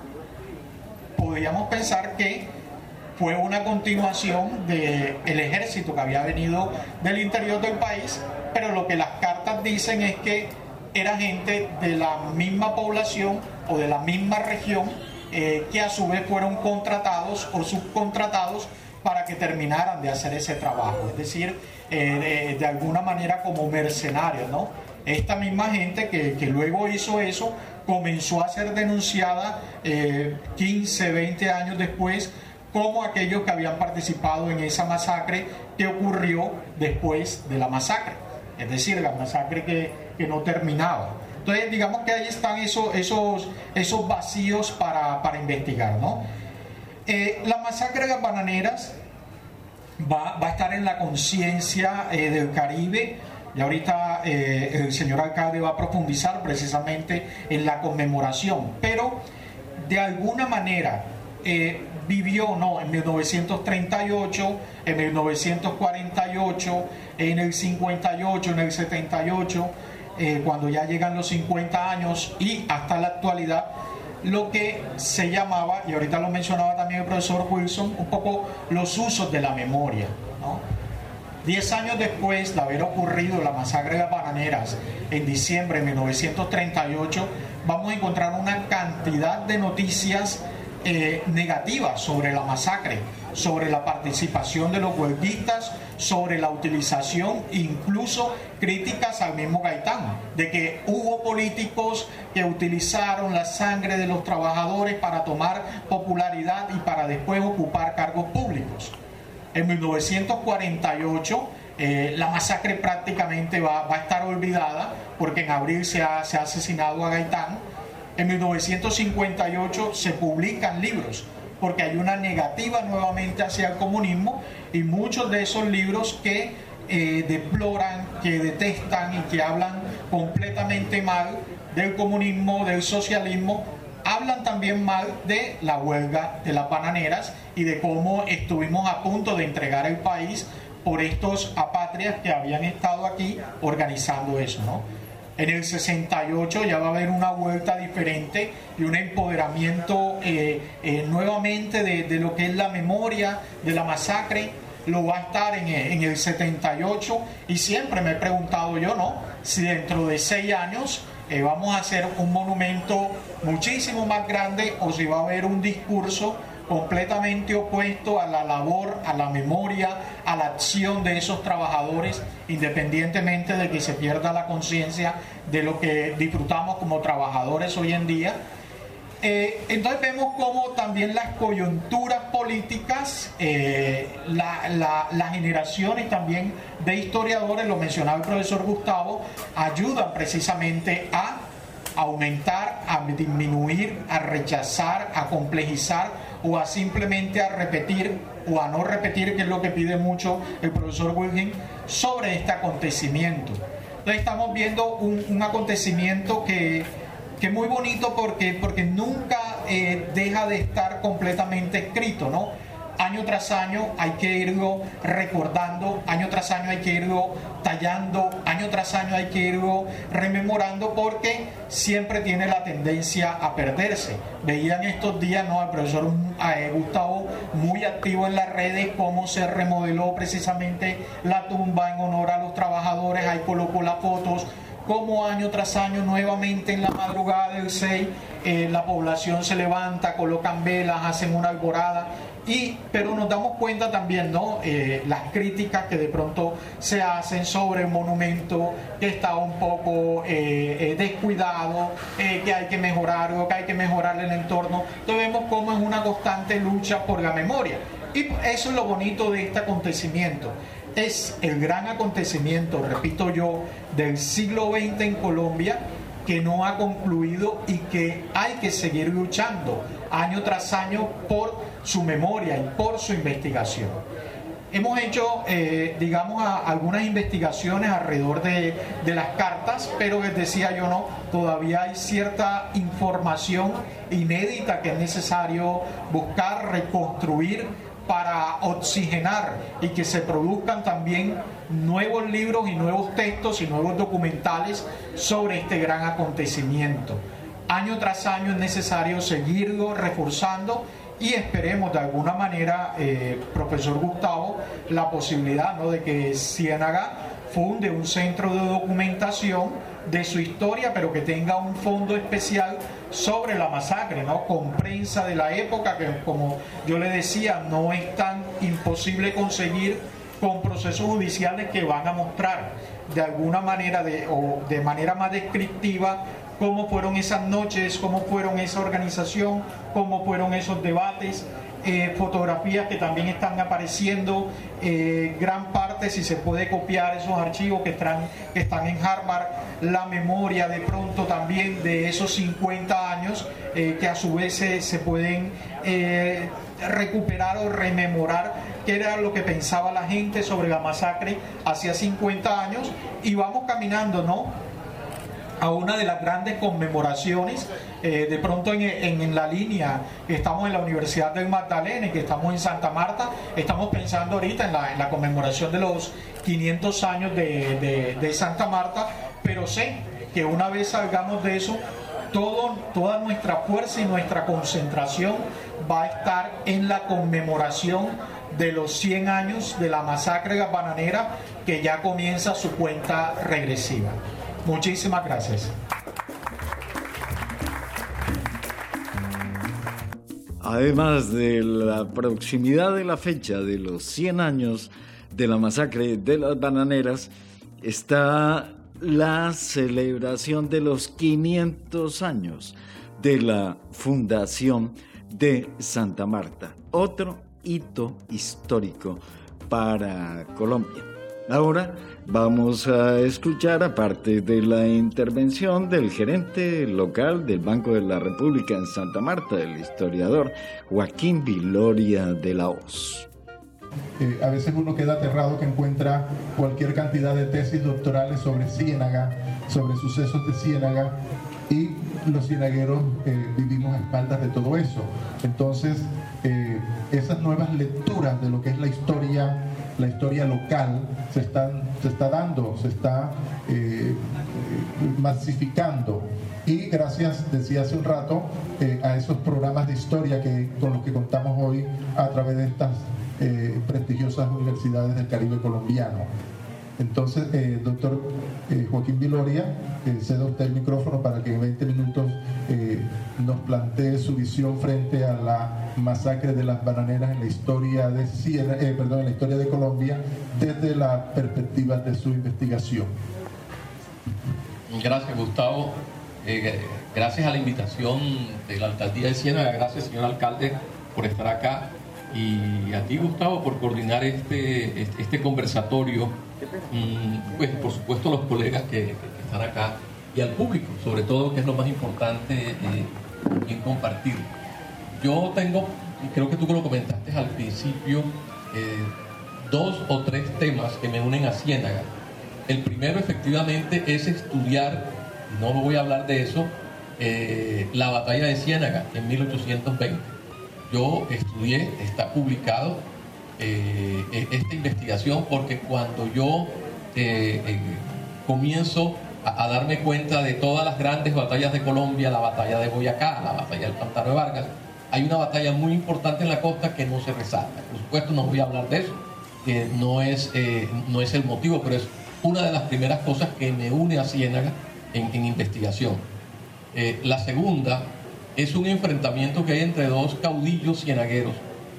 podríamos pensar que fue una continuación del ejército que había venido del interior del país, pero lo que las cartas dicen es que era gente de la misma población o de la misma región, eh, que a su vez fueron contratados o subcontratados para que terminaran de hacer ese trabajo, es decir, eh, de, de alguna manera como mercenarios, ¿no? Esta misma gente que, que luego hizo eso comenzó a ser denunciada eh, quince, veinte años después como aquellos que habían participado en esa masacre que ocurrió después de la masacre, es decir, la masacre que, que no terminaba. Entonces, digamos que ahí están esos, esos, esos vacíos para, para investigar, ¿no? Eh, la masacre de las bananeras va, va a estar en la conciencia eh, del Caribe. Y ahorita eh, el señor alcalde va a profundizar precisamente en la conmemoración, pero de alguna manera eh, vivió, ¿no?, en mil novecientos treinta y ocho, en mil novecientos cuarenta y ocho, en el cincuenta y ocho, en el setenta y ocho, eh, cuando ya llegan los cincuenta años y hasta la actualidad, lo que se llamaba, y ahorita lo mencionaba también el profesor Wilson, un poco los usos de la memoria, ¿no? Diez años después de haber ocurrido la masacre de las bananeras en diciembre de mil novecientos treinta y ocho, vamos a encontrar una cantidad de noticias eh, negativas sobre la masacre, sobre la participación de los huelguistas, sobre la utilización, incluso críticas al mismo Gaitán, de que hubo políticos que utilizaron la sangre de los trabajadores para tomar popularidad y para después ocupar cargos públicos. En mil novecientos cuarenta y ocho eh, la masacre prácticamente va, va a estar olvidada porque en abril se ha, se ha asesinado a Gaitán. En mil novecientos cincuenta y ocho se publican libros porque hay una negativa nuevamente hacia el comunismo y muchos de esos libros que eh, deploran, que detestan y que hablan completamente mal del comunismo, del socialismo, hablan también mal de la huelga de las bananeras y de cómo estuvimos a punto de entregar el país por estos apátridas que habían estado aquí organizando eso, ¿no? En el sesenta y ocho ya va a haber una vuelta diferente y un empoderamiento eh, eh, nuevamente de, de lo que es la memoria de la masacre. Lo va a estar en, en el setenta y ocho y siempre me he preguntado yo, ¿no?, si dentro de seis años eh, vamos a hacer un monumento muchísimo más grande o si va a haber un discurso completamente opuesto a la labor, a la memoria, a la acción de esos trabajadores, independientemente de que se pierda la conciencia de lo que disfrutamos como trabajadores hoy en día. Eh, entonces vemos cómo también las coyunturas políticas, eh, la, la, las generaciones también de historiadores, lo mencionaba el profesor Gustavo, ayudan precisamente a aumentar, a disminuir, a rechazar, a complejizar o a simplemente a repetir o a no repetir, que es lo que pide mucho el profesor Wilhelm, sobre este acontecimiento. Entonces estamos viendo un, un acontecimiento que, que es muy bonito porque, porque nunca eh, deja de estar completamente escrito, ¿no? Año tras año hay que irlo recordando, año tras año hay que irlo tallando, año tras año hay que irlo rememorando porque siempre tiene la tendencia a perderse. Veían estos días, ¿no?, al profesor eh, Gustavo muy activo en las redes cómo se remodeló precisamente la tumba en honor a los trabajadores, ahí colocó las fotos, como año tras año nuevamente en la madrugada del seis eh, la población se levanta, colocan velas, hacen una alborada. Y, pero nos damos cuenta también, ¿no?, eh, las críticas que de pronto se hacen sobre el monumento que está un poco eh, eh, descuidado, eh, que hay que mejorarlo, que hay que mejorar el entorno. Entonces vemos cómo es una constante lucha por la memoria. Y eso es lo bonito de este acontecimiento. Es el gran acontecimiento, repito yo, del siglo veinte en Colombia, que no ha concluido y que hay que seguir luchando año tras año por su memoria y por su investigación. Hemos hecho, eh, digamos, a, algunas investigaciones alrededor de, de las cartas, pero les decía yo, no, todavía hay cierta información inédita que es necesario buscar, reconstruir para oxigenar y que se produzcan también nuevos libros y nuevos textos y nuevos documentales sobre este gran acontecimiento. Año tras año es necesario seguirlo reforzando y esperemos de alguna manera, eh, profesor Gustavo, la posibilidad, ¿no?, de que Ciénaga funde un centro de documentación de su historia, pero que tenga un fondo especial sobre la masacre, ¿no? Con prensa de la época, que como yo le decía, no es tan imposible conseguir, con procesos judiciales que van a mostrar de alguna manera de, o de manera más descriptiva cómo fueron esas noches, cómo fueron esa organización, cómo fueron esos debates. Eh, fotografías que también están apareciendo, eh, gran parte, si se puede copiar esos archivos que están, que están en Harvard, la memoria de pronto también de esos cincuenta años, eh, que a su vez se, se pueden eh, recuperar o rememorar qué era lo que pensaba la gente sobre la masacre hacía cincuenta años, y vamos caminando, ¿no?, a una de las grandes conmemoraciones, eh, de pronto en, en, en la línea que estamos en la Universidad del Magdalena y que estamos en Santa Marta, estamos pensando ahorita en la, en la conmemoración de los quinientos años de, de, de Santa Marta, pero sé que una vez salgamos de eso, todo, toda nuestra fuerza y nuestra concentración va a estar en la conmemoración de los cien años de la masacre de las Bananeras, que ya comienza su cuenta regresiva. Muchísimas gracias. Además de la proximidad de la fecha de los cien años de la masacre de las Bananeras, está la celebración de los quinientos años de la fundación de Santa Marta, otro hito histórico para Colombia. Ahora vamos a escuchar, aparte de la intervención del gerente local del Banco de la República en Santa Marta, el historiador Joaquín Viloria de la Hoz. Eh, a veces uno queda aterrado que encuentra cualquier cantidad de tesis doctorales sobre Ciénaga, sobre sucesos de Ciénaga, y los cienagueros eh, vivimos a espaldas de todo eso. Entonces, eh, esas nuevas lecturas de lo que es la historia, la historia local, se, están, se está dando, se está eh, masificando. Y gracias, decía hace un rato, eh, a esos programas de historia que, con los que contamos hoy a través de estas eh, prestigiosas universidades del Caribe colombiano. Entonces, eh, doctor eh, Joaquín Viloria, eh, cedo usted el micrófono para que en veinte minutos eh, nos plantee su visión frente a la masacre de las Bananeras en la historia de Siena, eh, perdón, en la historia de Colombia, desde la perspectiva de su investigación. Gracias, Gustavo. Eh, gracias a la invitación de la Alcaldía de Siena, gracias, señor alcalde, por estar acá, y a ti, Gustavo, por coordinar este, este, este conversatorio. Pues por supuesto los colegas que, que están acá, y al público, sobre todo, que es lo más importante eh, en compartir. Yo tengo, y creo que tú lo comentaste al principio, eh, dos o tres temas que me unen a Ciénaga. El primero, efectivamente, es estudiar, no voy a hablar de eso, eh, la batalla de Ciénaga en mil ochocientos veinte. Yo estudié, está publicado eh, esta investigación, porque cuando yo eh, eh, comienzo a, a darme cuenta de todas las grandes batallas de Colombia, la batalla de Boyacá, la batalla del Pantano de Vargas, hay una batalla muy importante en la costa que no se resalta. Por supuesto, no voy a hablar de eso, que no es, eh, no es el motivo, pero es una de las primeras cosas que me une a Ciénaga en, en investigación. Eh, la segunda es un enfrentamiento que hay entre dos caudillos cienagueros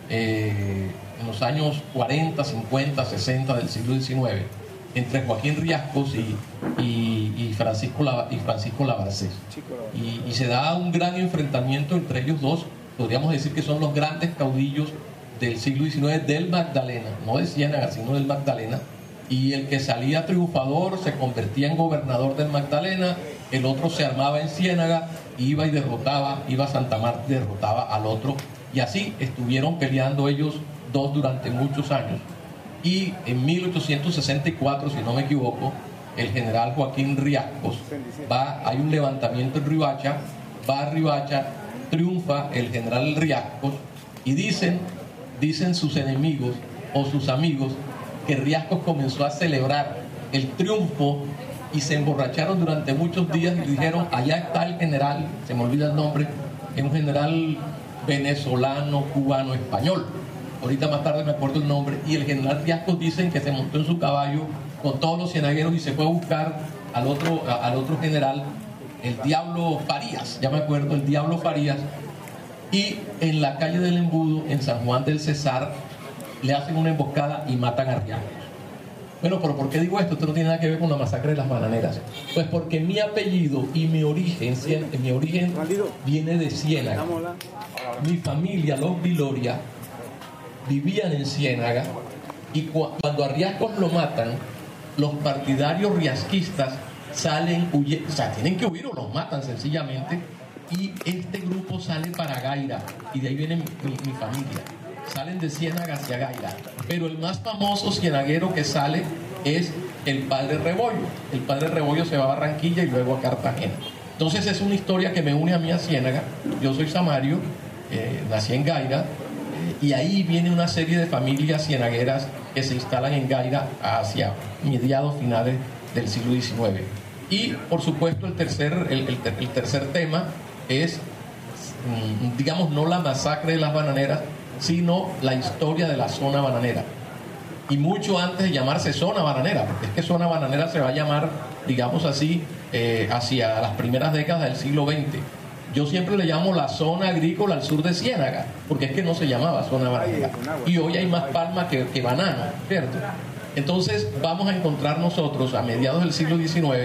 eh, en los años cuarenta, cincuenta, sesenta del siglo diecinueve, entre Joaquín Riascos y, y, y Francisco, La, y Francisco Labarcés. Y, y se da un gran enfrentamiento entre ellos dos. Podríamos decir que son los grandes caudillos del siglo diecinueve del Magdalena, no de Ciénaga, sino del Magdalena. Y el que salía triunfador se convertía en gobernador del Magdalena, el otro se armaba en Ciénaga, iba y derrotaba, iba a Santa Marta y derrotaba al otro. Y así estuvieron peleando ellos dos durante muchos años. Y en mil ochocientos sesenta y cuatro, si no me equivoco, el general Joaquín Riascos va, hay un levantamiento en Riohacha, va a Riohacha, triunfa el general Riascos, y dicen, dicen sus enemigos o sus amigos que Riascos comenzó a celebrar el triunfo y se emborracharon durante muchos días y dijeron: allá está el general, se me olvida el nombre, es un general venezolano, cubano, español. Ahorita más tarde me acuerdo el nombre. Y el general Riascos, dicen que se montó en su caballo con todos los cienagueros y se fue a buscar al otro, a, al otro general, el Diablo Farías, ya me acuerdo, el Diablo Farías, y en la calle del Embudo, en San Juan del Cesar, le hacen una emboscada y matan a Riascos. Bueno, pero ¿por qué digo esto? Esto no tiene nada que ver con la masacre de las bananeras. Pues porque mi apellido y mi origen, mi origen viene de Ciénaga. Mi familia, los Viloria, vivían en Ciénaga, y cu cuando a Riascos lo matan, los partidarios riasquistas salen huyendo, o sea, tienen que huir o los matan sencillamente, y este grupo sale para Gaira, y de ahí viene mi, mi, mi familia. Salen de Ciénaga hacia Gaira, pero el más famoso cienaguero que sale es el padre Rebollo. El padre Rebollo se va a Barranquilla y luego a Cartagena. Entonces es una historia que me une a mí a Ciénaga. Yo soy samario, eh, nací en Gaira, eh, y ahí viene una serie de familias cienagueras que se instalan en Gaira hacia mediados finales del siglo diecinueve. Y por supuesto el tercer, el, el, el tercer tema es, digamos, no la masacre de las bananeras, sino la historia de la zona bananera. Y mucho antes de llamarse zona bananera, porque es que zona bananera se va a llamar, digamos así, eh, hacia las primeras décadas del siglo veinte. Yo siempre le llamo la zona agrícola al sur de Ciénaga, porque es que no se llamaba zona bananera. Y hoy hay más palma que, que banano, ¿cierto? Entonces vamos a encontrar nosotros a mediados del siglo diecinueve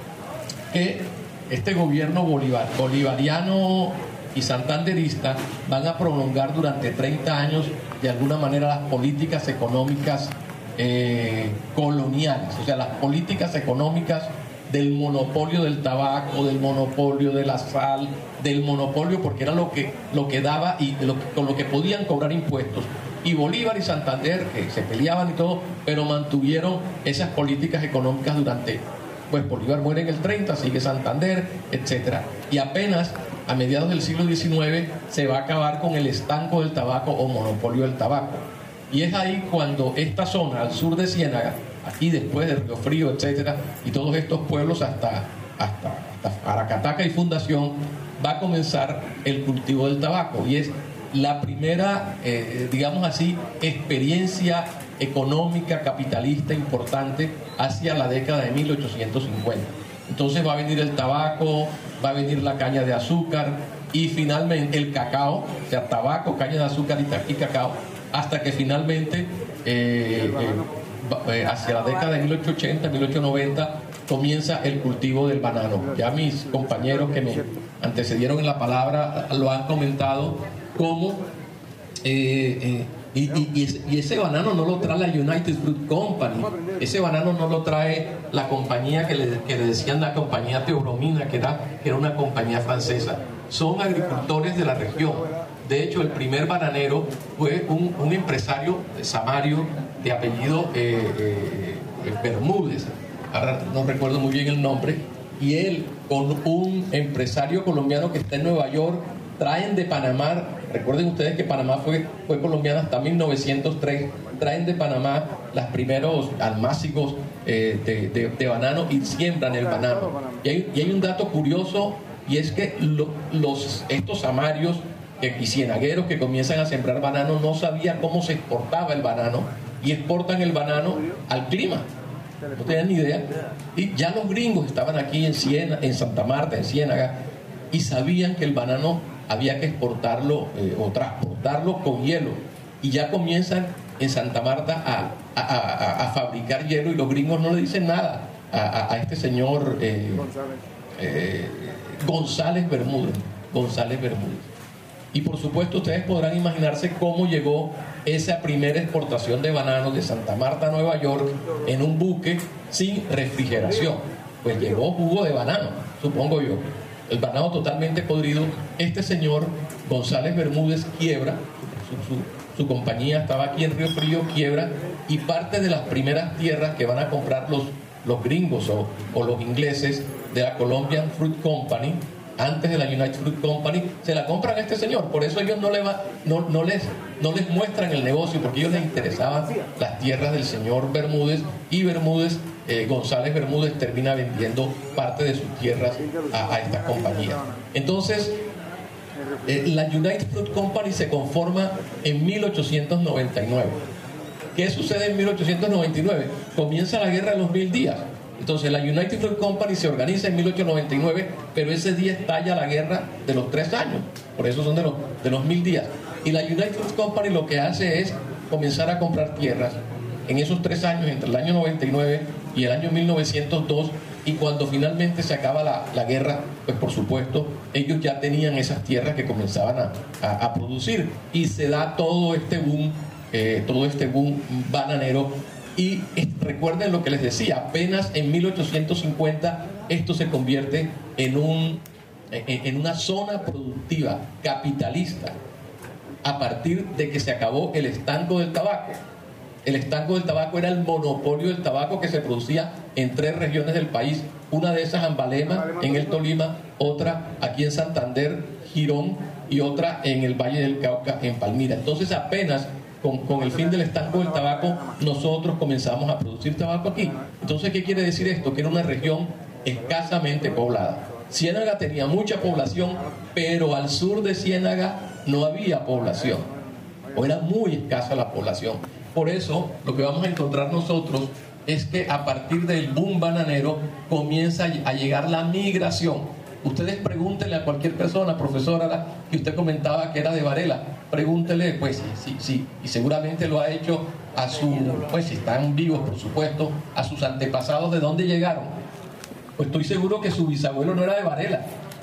que este gobierno bolivar, bolivariano y santanderista van a prolongar durante treinta años de alguna manera las políticas económicas eh, coloniales, o sea, las políticas económicas del monopolio del tabaco, del monopolio de la sal, del monopolio, porque era lo que, lo que daba y lo, con lo que podían cobrar impuestos. Y Bolívar y Santander, que se peleaban y todo, pero mantuvieron esas políticas económicas durante, pues Bolívar muere en el treinta, sigue Santander, etcétera. Y apenas a mediados del siglo diecinueve se va a acabar con el estanco del tabaco o monopolio del tabaco. Y es ahí cuando esta zona al sur de Ciénaga, aquí después de Río Frío, etcétera, y todos estos pueblos hasta, hasta, hasta Aracataca y Fundación, va a comenzar el cultivo del tabaco. Y es la primera, eh, digamos así, experiencia económica capitalista importante hacia la década de mil ochocientos cincuenta. Entonces va a venir el tabaco, va a venir la caña de azúcar y finalmente el cacao, o sea, tabaco, caña de azúcar y, y cacao, hasta que finalmente eh, eh, hacia la década de mil ochocientos ochenta, mil ochocientos noventa comienza el cultivo del banano. Ya mis compañeros que me antecedieron en la palabra lo han comentado, como eh, eh, y, y, y, ese, y ese banano no lo trae la United Fruit Company, ese banano no lo trae la compañía que le, que le decían la compañía Teobromina, que era, que era una compañía francesa. Son agricultores de la región. De hecho, el primer bananero fue un, un empresario samario de apellido eh, eh, Bermúdez, ahora no recuerdo muy bien el nombre, y él con un empresario colombiano que está en Nueva York traen de Panamá, recuerden ustedes que Panamá fue, fue colombiana hasta mil novecientos tres, traen de Panamá los primeros almácigos eh, de, de, de banano y siembran el banano. Y hay, y hay un dato curioso, y es que lo, los, estos samarios que, y cienagueros que comienzan a sembrar banano no sabían cómo se exportaba el banano, y exportan el banano al clima. No tenían ni idea. Y ya los gringos estaban aquí en Siena, en Santa Marta, en Ciénaga, y sabían que el banano había que exportarlo eh, o transportarlo con hielo, y ya comienzan en Santa Marta a, a, a, a fabricar hielo, y los gringos no le dicen nada a, a, a este señor eh, eh, González Bermúdez González Bermúdez. Y por supuesto ustedes podrán imaginarse cómo llegó esa primera exportación de bananos de Santa Marta a Nueva York en un buque sin refrigeración. Pues llegó jugo de banano, supongo yo, el banano totalmente podrido. Este señor González Bermúdez quiebra, su, su, su compañía estaba aquí en Río Frío, quiebra, y parte de las primeras tierras que van a comprar los, los gringos o, o los ingleses de la Colombian Fruit Company, antes de la United Fruit Company, se la compran a este señor. Por eso ellos no, le va, no, no, les, no les muestran el negocio, porque a ellos les interesaban las tierras del señor Bermúdez, y Bermúdez, eh, González Bermúdez termina vendiendo parte de sus tierras a, a esta compañía. Entonces eh, la United Fruit Company se conforma en mil ochocientos noventa y nueve. ¿Qué sucede en mil ochocientos noventa y nueve? Comienza la guerra de los mil días. Entonces la United Fruit Company se organiza en mil ochocientos noventa y nueve, pero ese día estalla la guerra de los tres años. Por eso son de los, de los mil días. Y la United Fruit Company lo que hace es comenzar a comprar tierras en esos tres años, entre el año noventa y nueve y el año mil novecientos dos, y cuando finalmente se acaba la, la guerra, pues por supuesto ellos ya tenían esas tierras que comenzaban a, a, a producir, y se da todo este boom, eh, todo este boom bananero. Y eh, recuerden lo que les decía, apenas en mil ochocientos cincuenta esto se convierte en, un, en, en una zona productiva capitalista, a partir de que se acabó el estanco del tabaco. El estanco del tabaco era el monopolio del tabaco que se producía en tres regiones del país, una de esas en Balema, en el Tolima, otra aquí en Santander, Girón, y otra en el Valle del Cauca, en Palmira. Entonces apenas con, con el fin del estanco del tabaco nosotros comenzamos a producir tabaco aquí. Entonces, ¿qué quiere decir esto? Que era una región escasamente poblada. Ciénaga tenía mucha población, pero al sur de Ciénaga no había población, o era muy escasa la población. Por eso lo que vamos a encontrar nosotros es que a partir del boom bananero comienza a llegar la migración. Ustedes pregúntenle a cualquier persona, profesora, la que usted comentaba que era de Varela, pregúntele, pues sí, sí, y seguramente lo ha hecho a su, pues si están vivos por supuesto, a sus antepasados, ¿de dónde llegaron? Pues estoy seguro que su bisabuelo no era de Varela.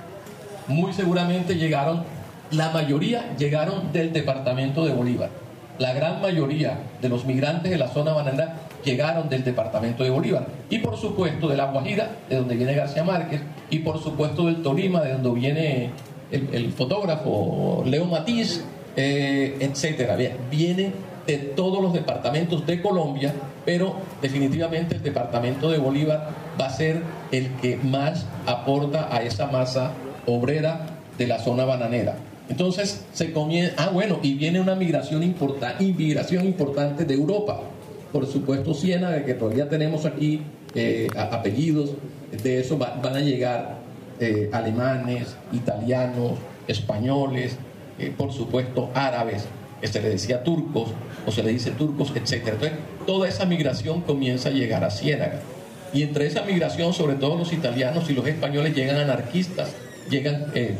Muy seguramente llegaron, la mayoría llegaron del departamento de Bolívar. La gran mayoría de los migrantes de la zona bananera llegaron del departamento de Bolívar. Y por supuesto de La Guajira, de donde viene García Márquez, y por supuesto del Tolima, de donde viene el, el fotógrafo Leo Matiz, eh, etcétera. Bien, viene de todos los departamentos de Colombia, pero definitivamente el departamento de Bolívar va a ser el que más aporta a esa masa obrera de la zona bananera. Entonces se comienza, ah bueno, y viene una migración importante, inmigración importante de Europa. Por supuesto Ciénaga, que todavía tenemos aquí eh, apellidos, de eso va, van a llegar eh, alemanes, italianos, españoles, eh, por supuesto árabes, que se le decía turcos, o se le dice turcos, etcétera. Entonces toda esa migración comienza a llegar a Ciénaga. Y entre esa migración, sobre todo los italianos y los españoles, llegan anarquistas, llegan... Eh,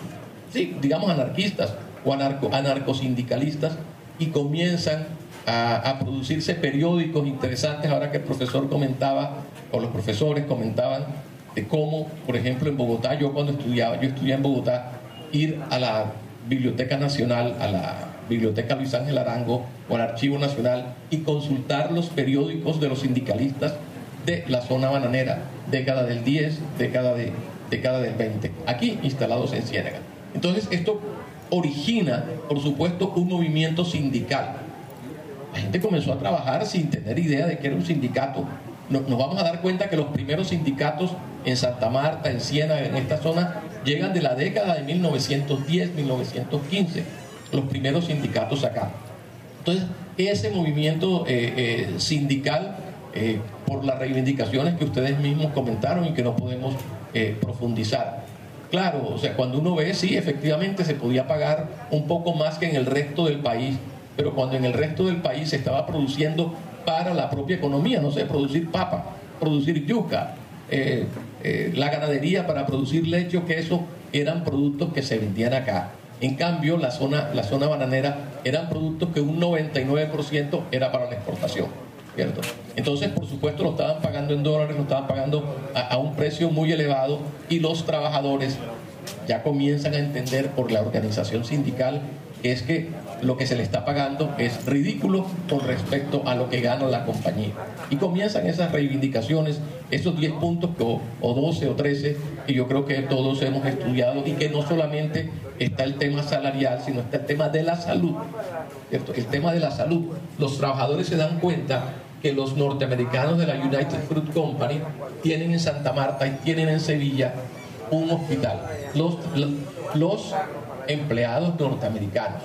Sí, digamos anarquistas o anarco, anarcosindicalistas, y comienzan a, a producirse periódicos interesantes. Ahora que el profesor comentaba, o los profesores comentaban, de cómo, por ejemplo, en Bogotá, yo cuando estudiaba, yo estudié en Bogotá, ir a la Biblioteca Nacional, a la Biblioteca Luis Ángel Arango o al Archivo Nacional, y consultar los periódicos de los sindicalistas de la zona bananera, década del diez, década, de, década del veinte, aquí instalados en Ciénaga. Entonces esto origina, por supuesto, un movimiento sindical. La gente comenzó a trabajar sin tener idea de que era un sindicato. Nos, nos vamos a dar cuenta que los primeros sindicatos en Santa Marta, en Ciénaga, en esta zona, llegan de la década de mil novecientos diez, mil novecientos quince, los primeros sindicatos acá. Entonces, ese movimiento eh, eh, sindical, eh, por las reivindicaciones que ustedes mismos comentaron y que no podemos eh, profundizar. Claro, o sea, cuando uno ve, sí, efectivamente se podía pagar un poco más que en el resto del país, pero cuando en el resto del país se estaba produciendo para la propia economía, no sé, producir papa, producir yuca, eh, eh, la ganadería para producir leche o queso, eran productos que se vendían acá. En cambio, la zona, la zona bananera eran productos que un noventa y nueve por ciento era para la exportación, ¿cierto? Entonces, por supuesto, lo estaban pagando en dólares, lo estaban pagando a, a un precio muy elevado, y los trabajadores ya comienzan a entender por la organización sindical que es que lo que se le está pagando es ridículo con respecto a lo que gana la compañía. Y comienzan esas reivindicaciones, esos diez puntos o, o doce o trece, que yo creo que todos hemos estudiado, y que no solamente está el tema salarial, sino está el tema de la salud, ¿cierto? El tema de la salud. Los trabajadores se dan cuenta que los norteamericanos de la United Fruit Company tienen en Santa Marta y tienen en Sevilla un hospital, los, los, los empleados norteamericanos,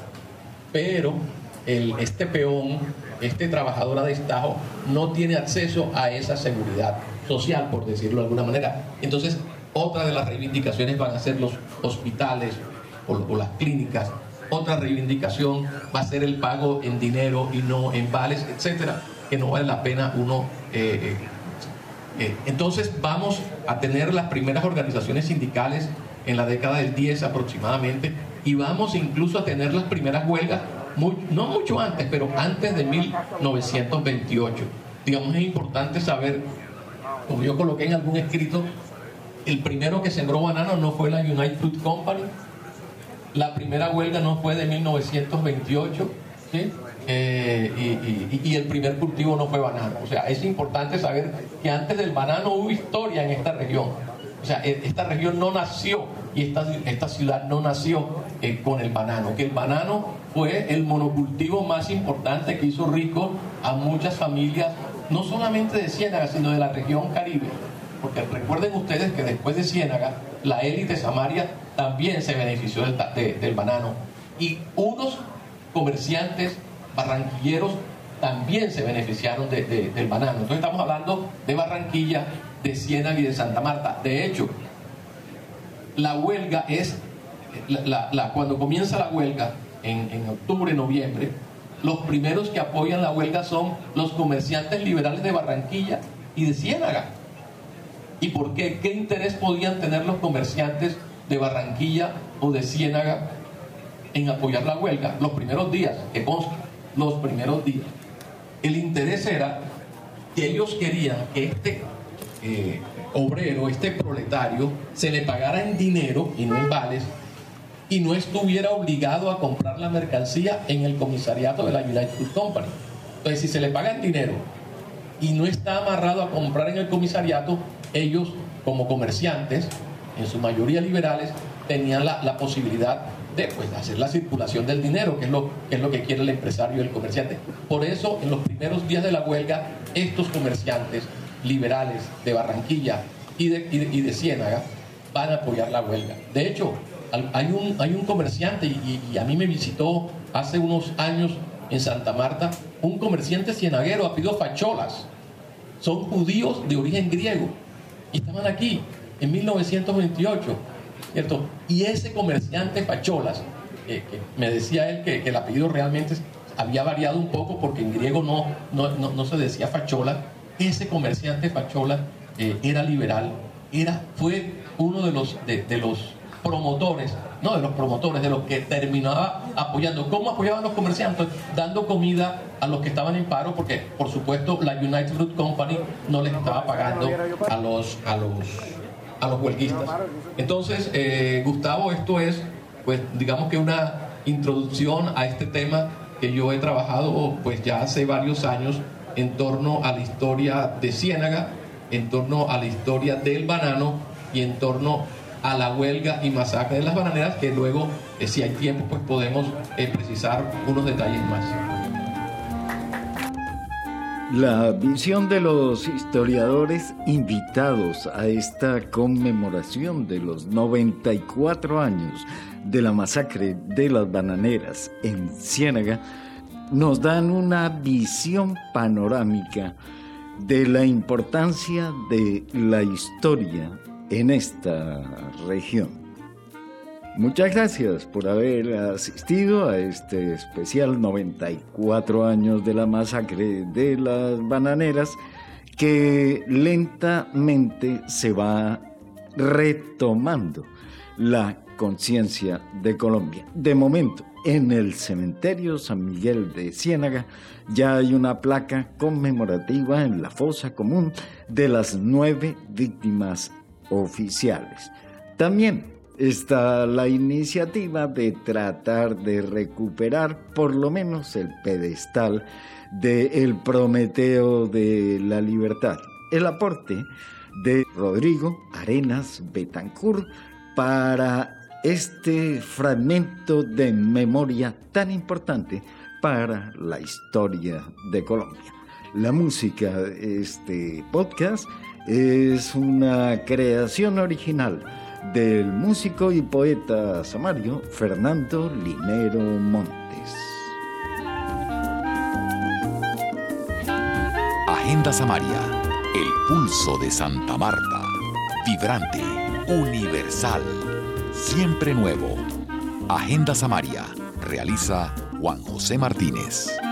pero el, este peón, este trabajador a destajo, no tiene acceso a esa seguridad social, por decirlo de alguna manera. Entonces, otra de las reivindicaciones van a ser los hospitales o, o las clínicas otra reivindicación va a ser el pago en dinero y no en vales, etcétera, que no vale la pena uno... Eh, eh, eh. Entonces vamos a tener las primeras organizaciones sindicales en la década del diez aproximadamente, y vamos incluso a tener las primeras huelgas, muy, no mucho antes, pero antes de mil novecientos veintiocho. Digamos, es importante saber, como yo coloqué en algún escrito, el primero que sembró banano no fue la United Fruit Company, la primera huelga no fue de mil novecientos veintiocho, ¿sí? eh, y, y, y el primer cultivo no fue banano. O sea, es importante saber que antes del banano hubo historia en esta región. O sea, esta región no nació y esta, esta ciudad no nació eh, con el banano, que el banano fue el monocultivo más importante que hizo rico a muchas familias, no solamente de Ciénaga, sino de la región Caribe. Porque recuerden ustedes que después de Ciénaga, la élite samaria también se benefició del, de, del banano. Y unos comerciantes barranquilleros también se beneficiaron de, de, del banano. Entonces estamos hablando de Barranquilla, de Ciénaga y de Santa Marta. De hecho, la huelga es, la, la, la, cuando comienza la huelga, en, en octubre, noviembre, los primeros que apoyan la huelga son los comerciantes liberales de Barranquilla y de Ciénaga. ¿Y por qué? ¿Qué interés podían tener los comerciantes de Barranquilla o de Ciénaga en apoyar la huelga? Los primeros días, que consta, los primeros días. El interés era que ellos querían que este eh, obrero, este proletario, se le pagara en dinero y no en vales, y no estuviera obligado a comprar la mercancía en el comisariato de la United Fruit Company. Entonces, si se le paga en dinero y no está amarrado a comprar en el comisariato, ellos, como comerciantes, en su mayoría liberales, tenían la, la posibilidad de pues, hacer la circulación del dinero, que es, lo, que es lo que quiere el empresario y el comerciante. Por eso, en los primeros días de la huelga, estos comerciantes liberales de Barranquilla y de, y de, y de Ciénaga van a apoyar la huelga. De hecho, hay un, hay un comerciante, y, y a mí me visitó hace unos años en Santa Marta, un comerciante cienaguero, apellido Facholas. Son judíos de origen griego y estaban aquí en mil novecientos veintiocho, ¿cierto? Y ese comerciante Facholas, eh, que me decía él que, que el apellido realmente había variado un poco porque en griego no, no, no, no se decía Facholas. Ese comerciante Facholas eh, era liberal, era, fue uno de los, de, de los promotores, no de los promotores, de los que terminaba apoyando. ¿Cómo apoyaban los comerciantes? Dando comida a los que estaban en paro, porque por supuesto la United Fruit Company no les estaba pagando a los a los a los huelguistas. Entonces, eh, Gustavo, esto es, pues, digamos que una introducción a este tema que yo he trabajado, pues, ya hace varios años en torno a la historia de Ciénaga, en torno a la historia del banano y en torno a la huelga y masacre de las bananeras, que luego, eh, si hay tiempo, pues podemos eh, precisar unos detalles más. La visión de los historiadores invitados a esta conmemoración de los noventa y cuatro años de la masacre de las bananeras en Ciénaga nos dan una visión panorámica de la importancia de la historia en esta región. Muchas gracias por haber asistido a este especial noventa y cuatro años de la masacre de las bananeras, que lentamente se va retomando la conciencia de Colombia. De momento, en el cementerio San Miguel de Ciénaga ya hay una placa conmemorativa en la fosa común de las nueve víctimas oficiales. También está la iniciativa de tratar de recuperar por lo menos el pedestal del Prometeo de la Libertad. El aporte de Rodrigo Arenas Betancourt para este fragmento de memoria tan importante para la historia de Colombia. La música de este podcast es una creación original del músico y poeta samario Fernando Linero Montes. Agenda Samaria, el pulso de Santa Marta, vibrante, universal, siempre nuevo. Agenda Samaria, Realiza Juan José Martínez.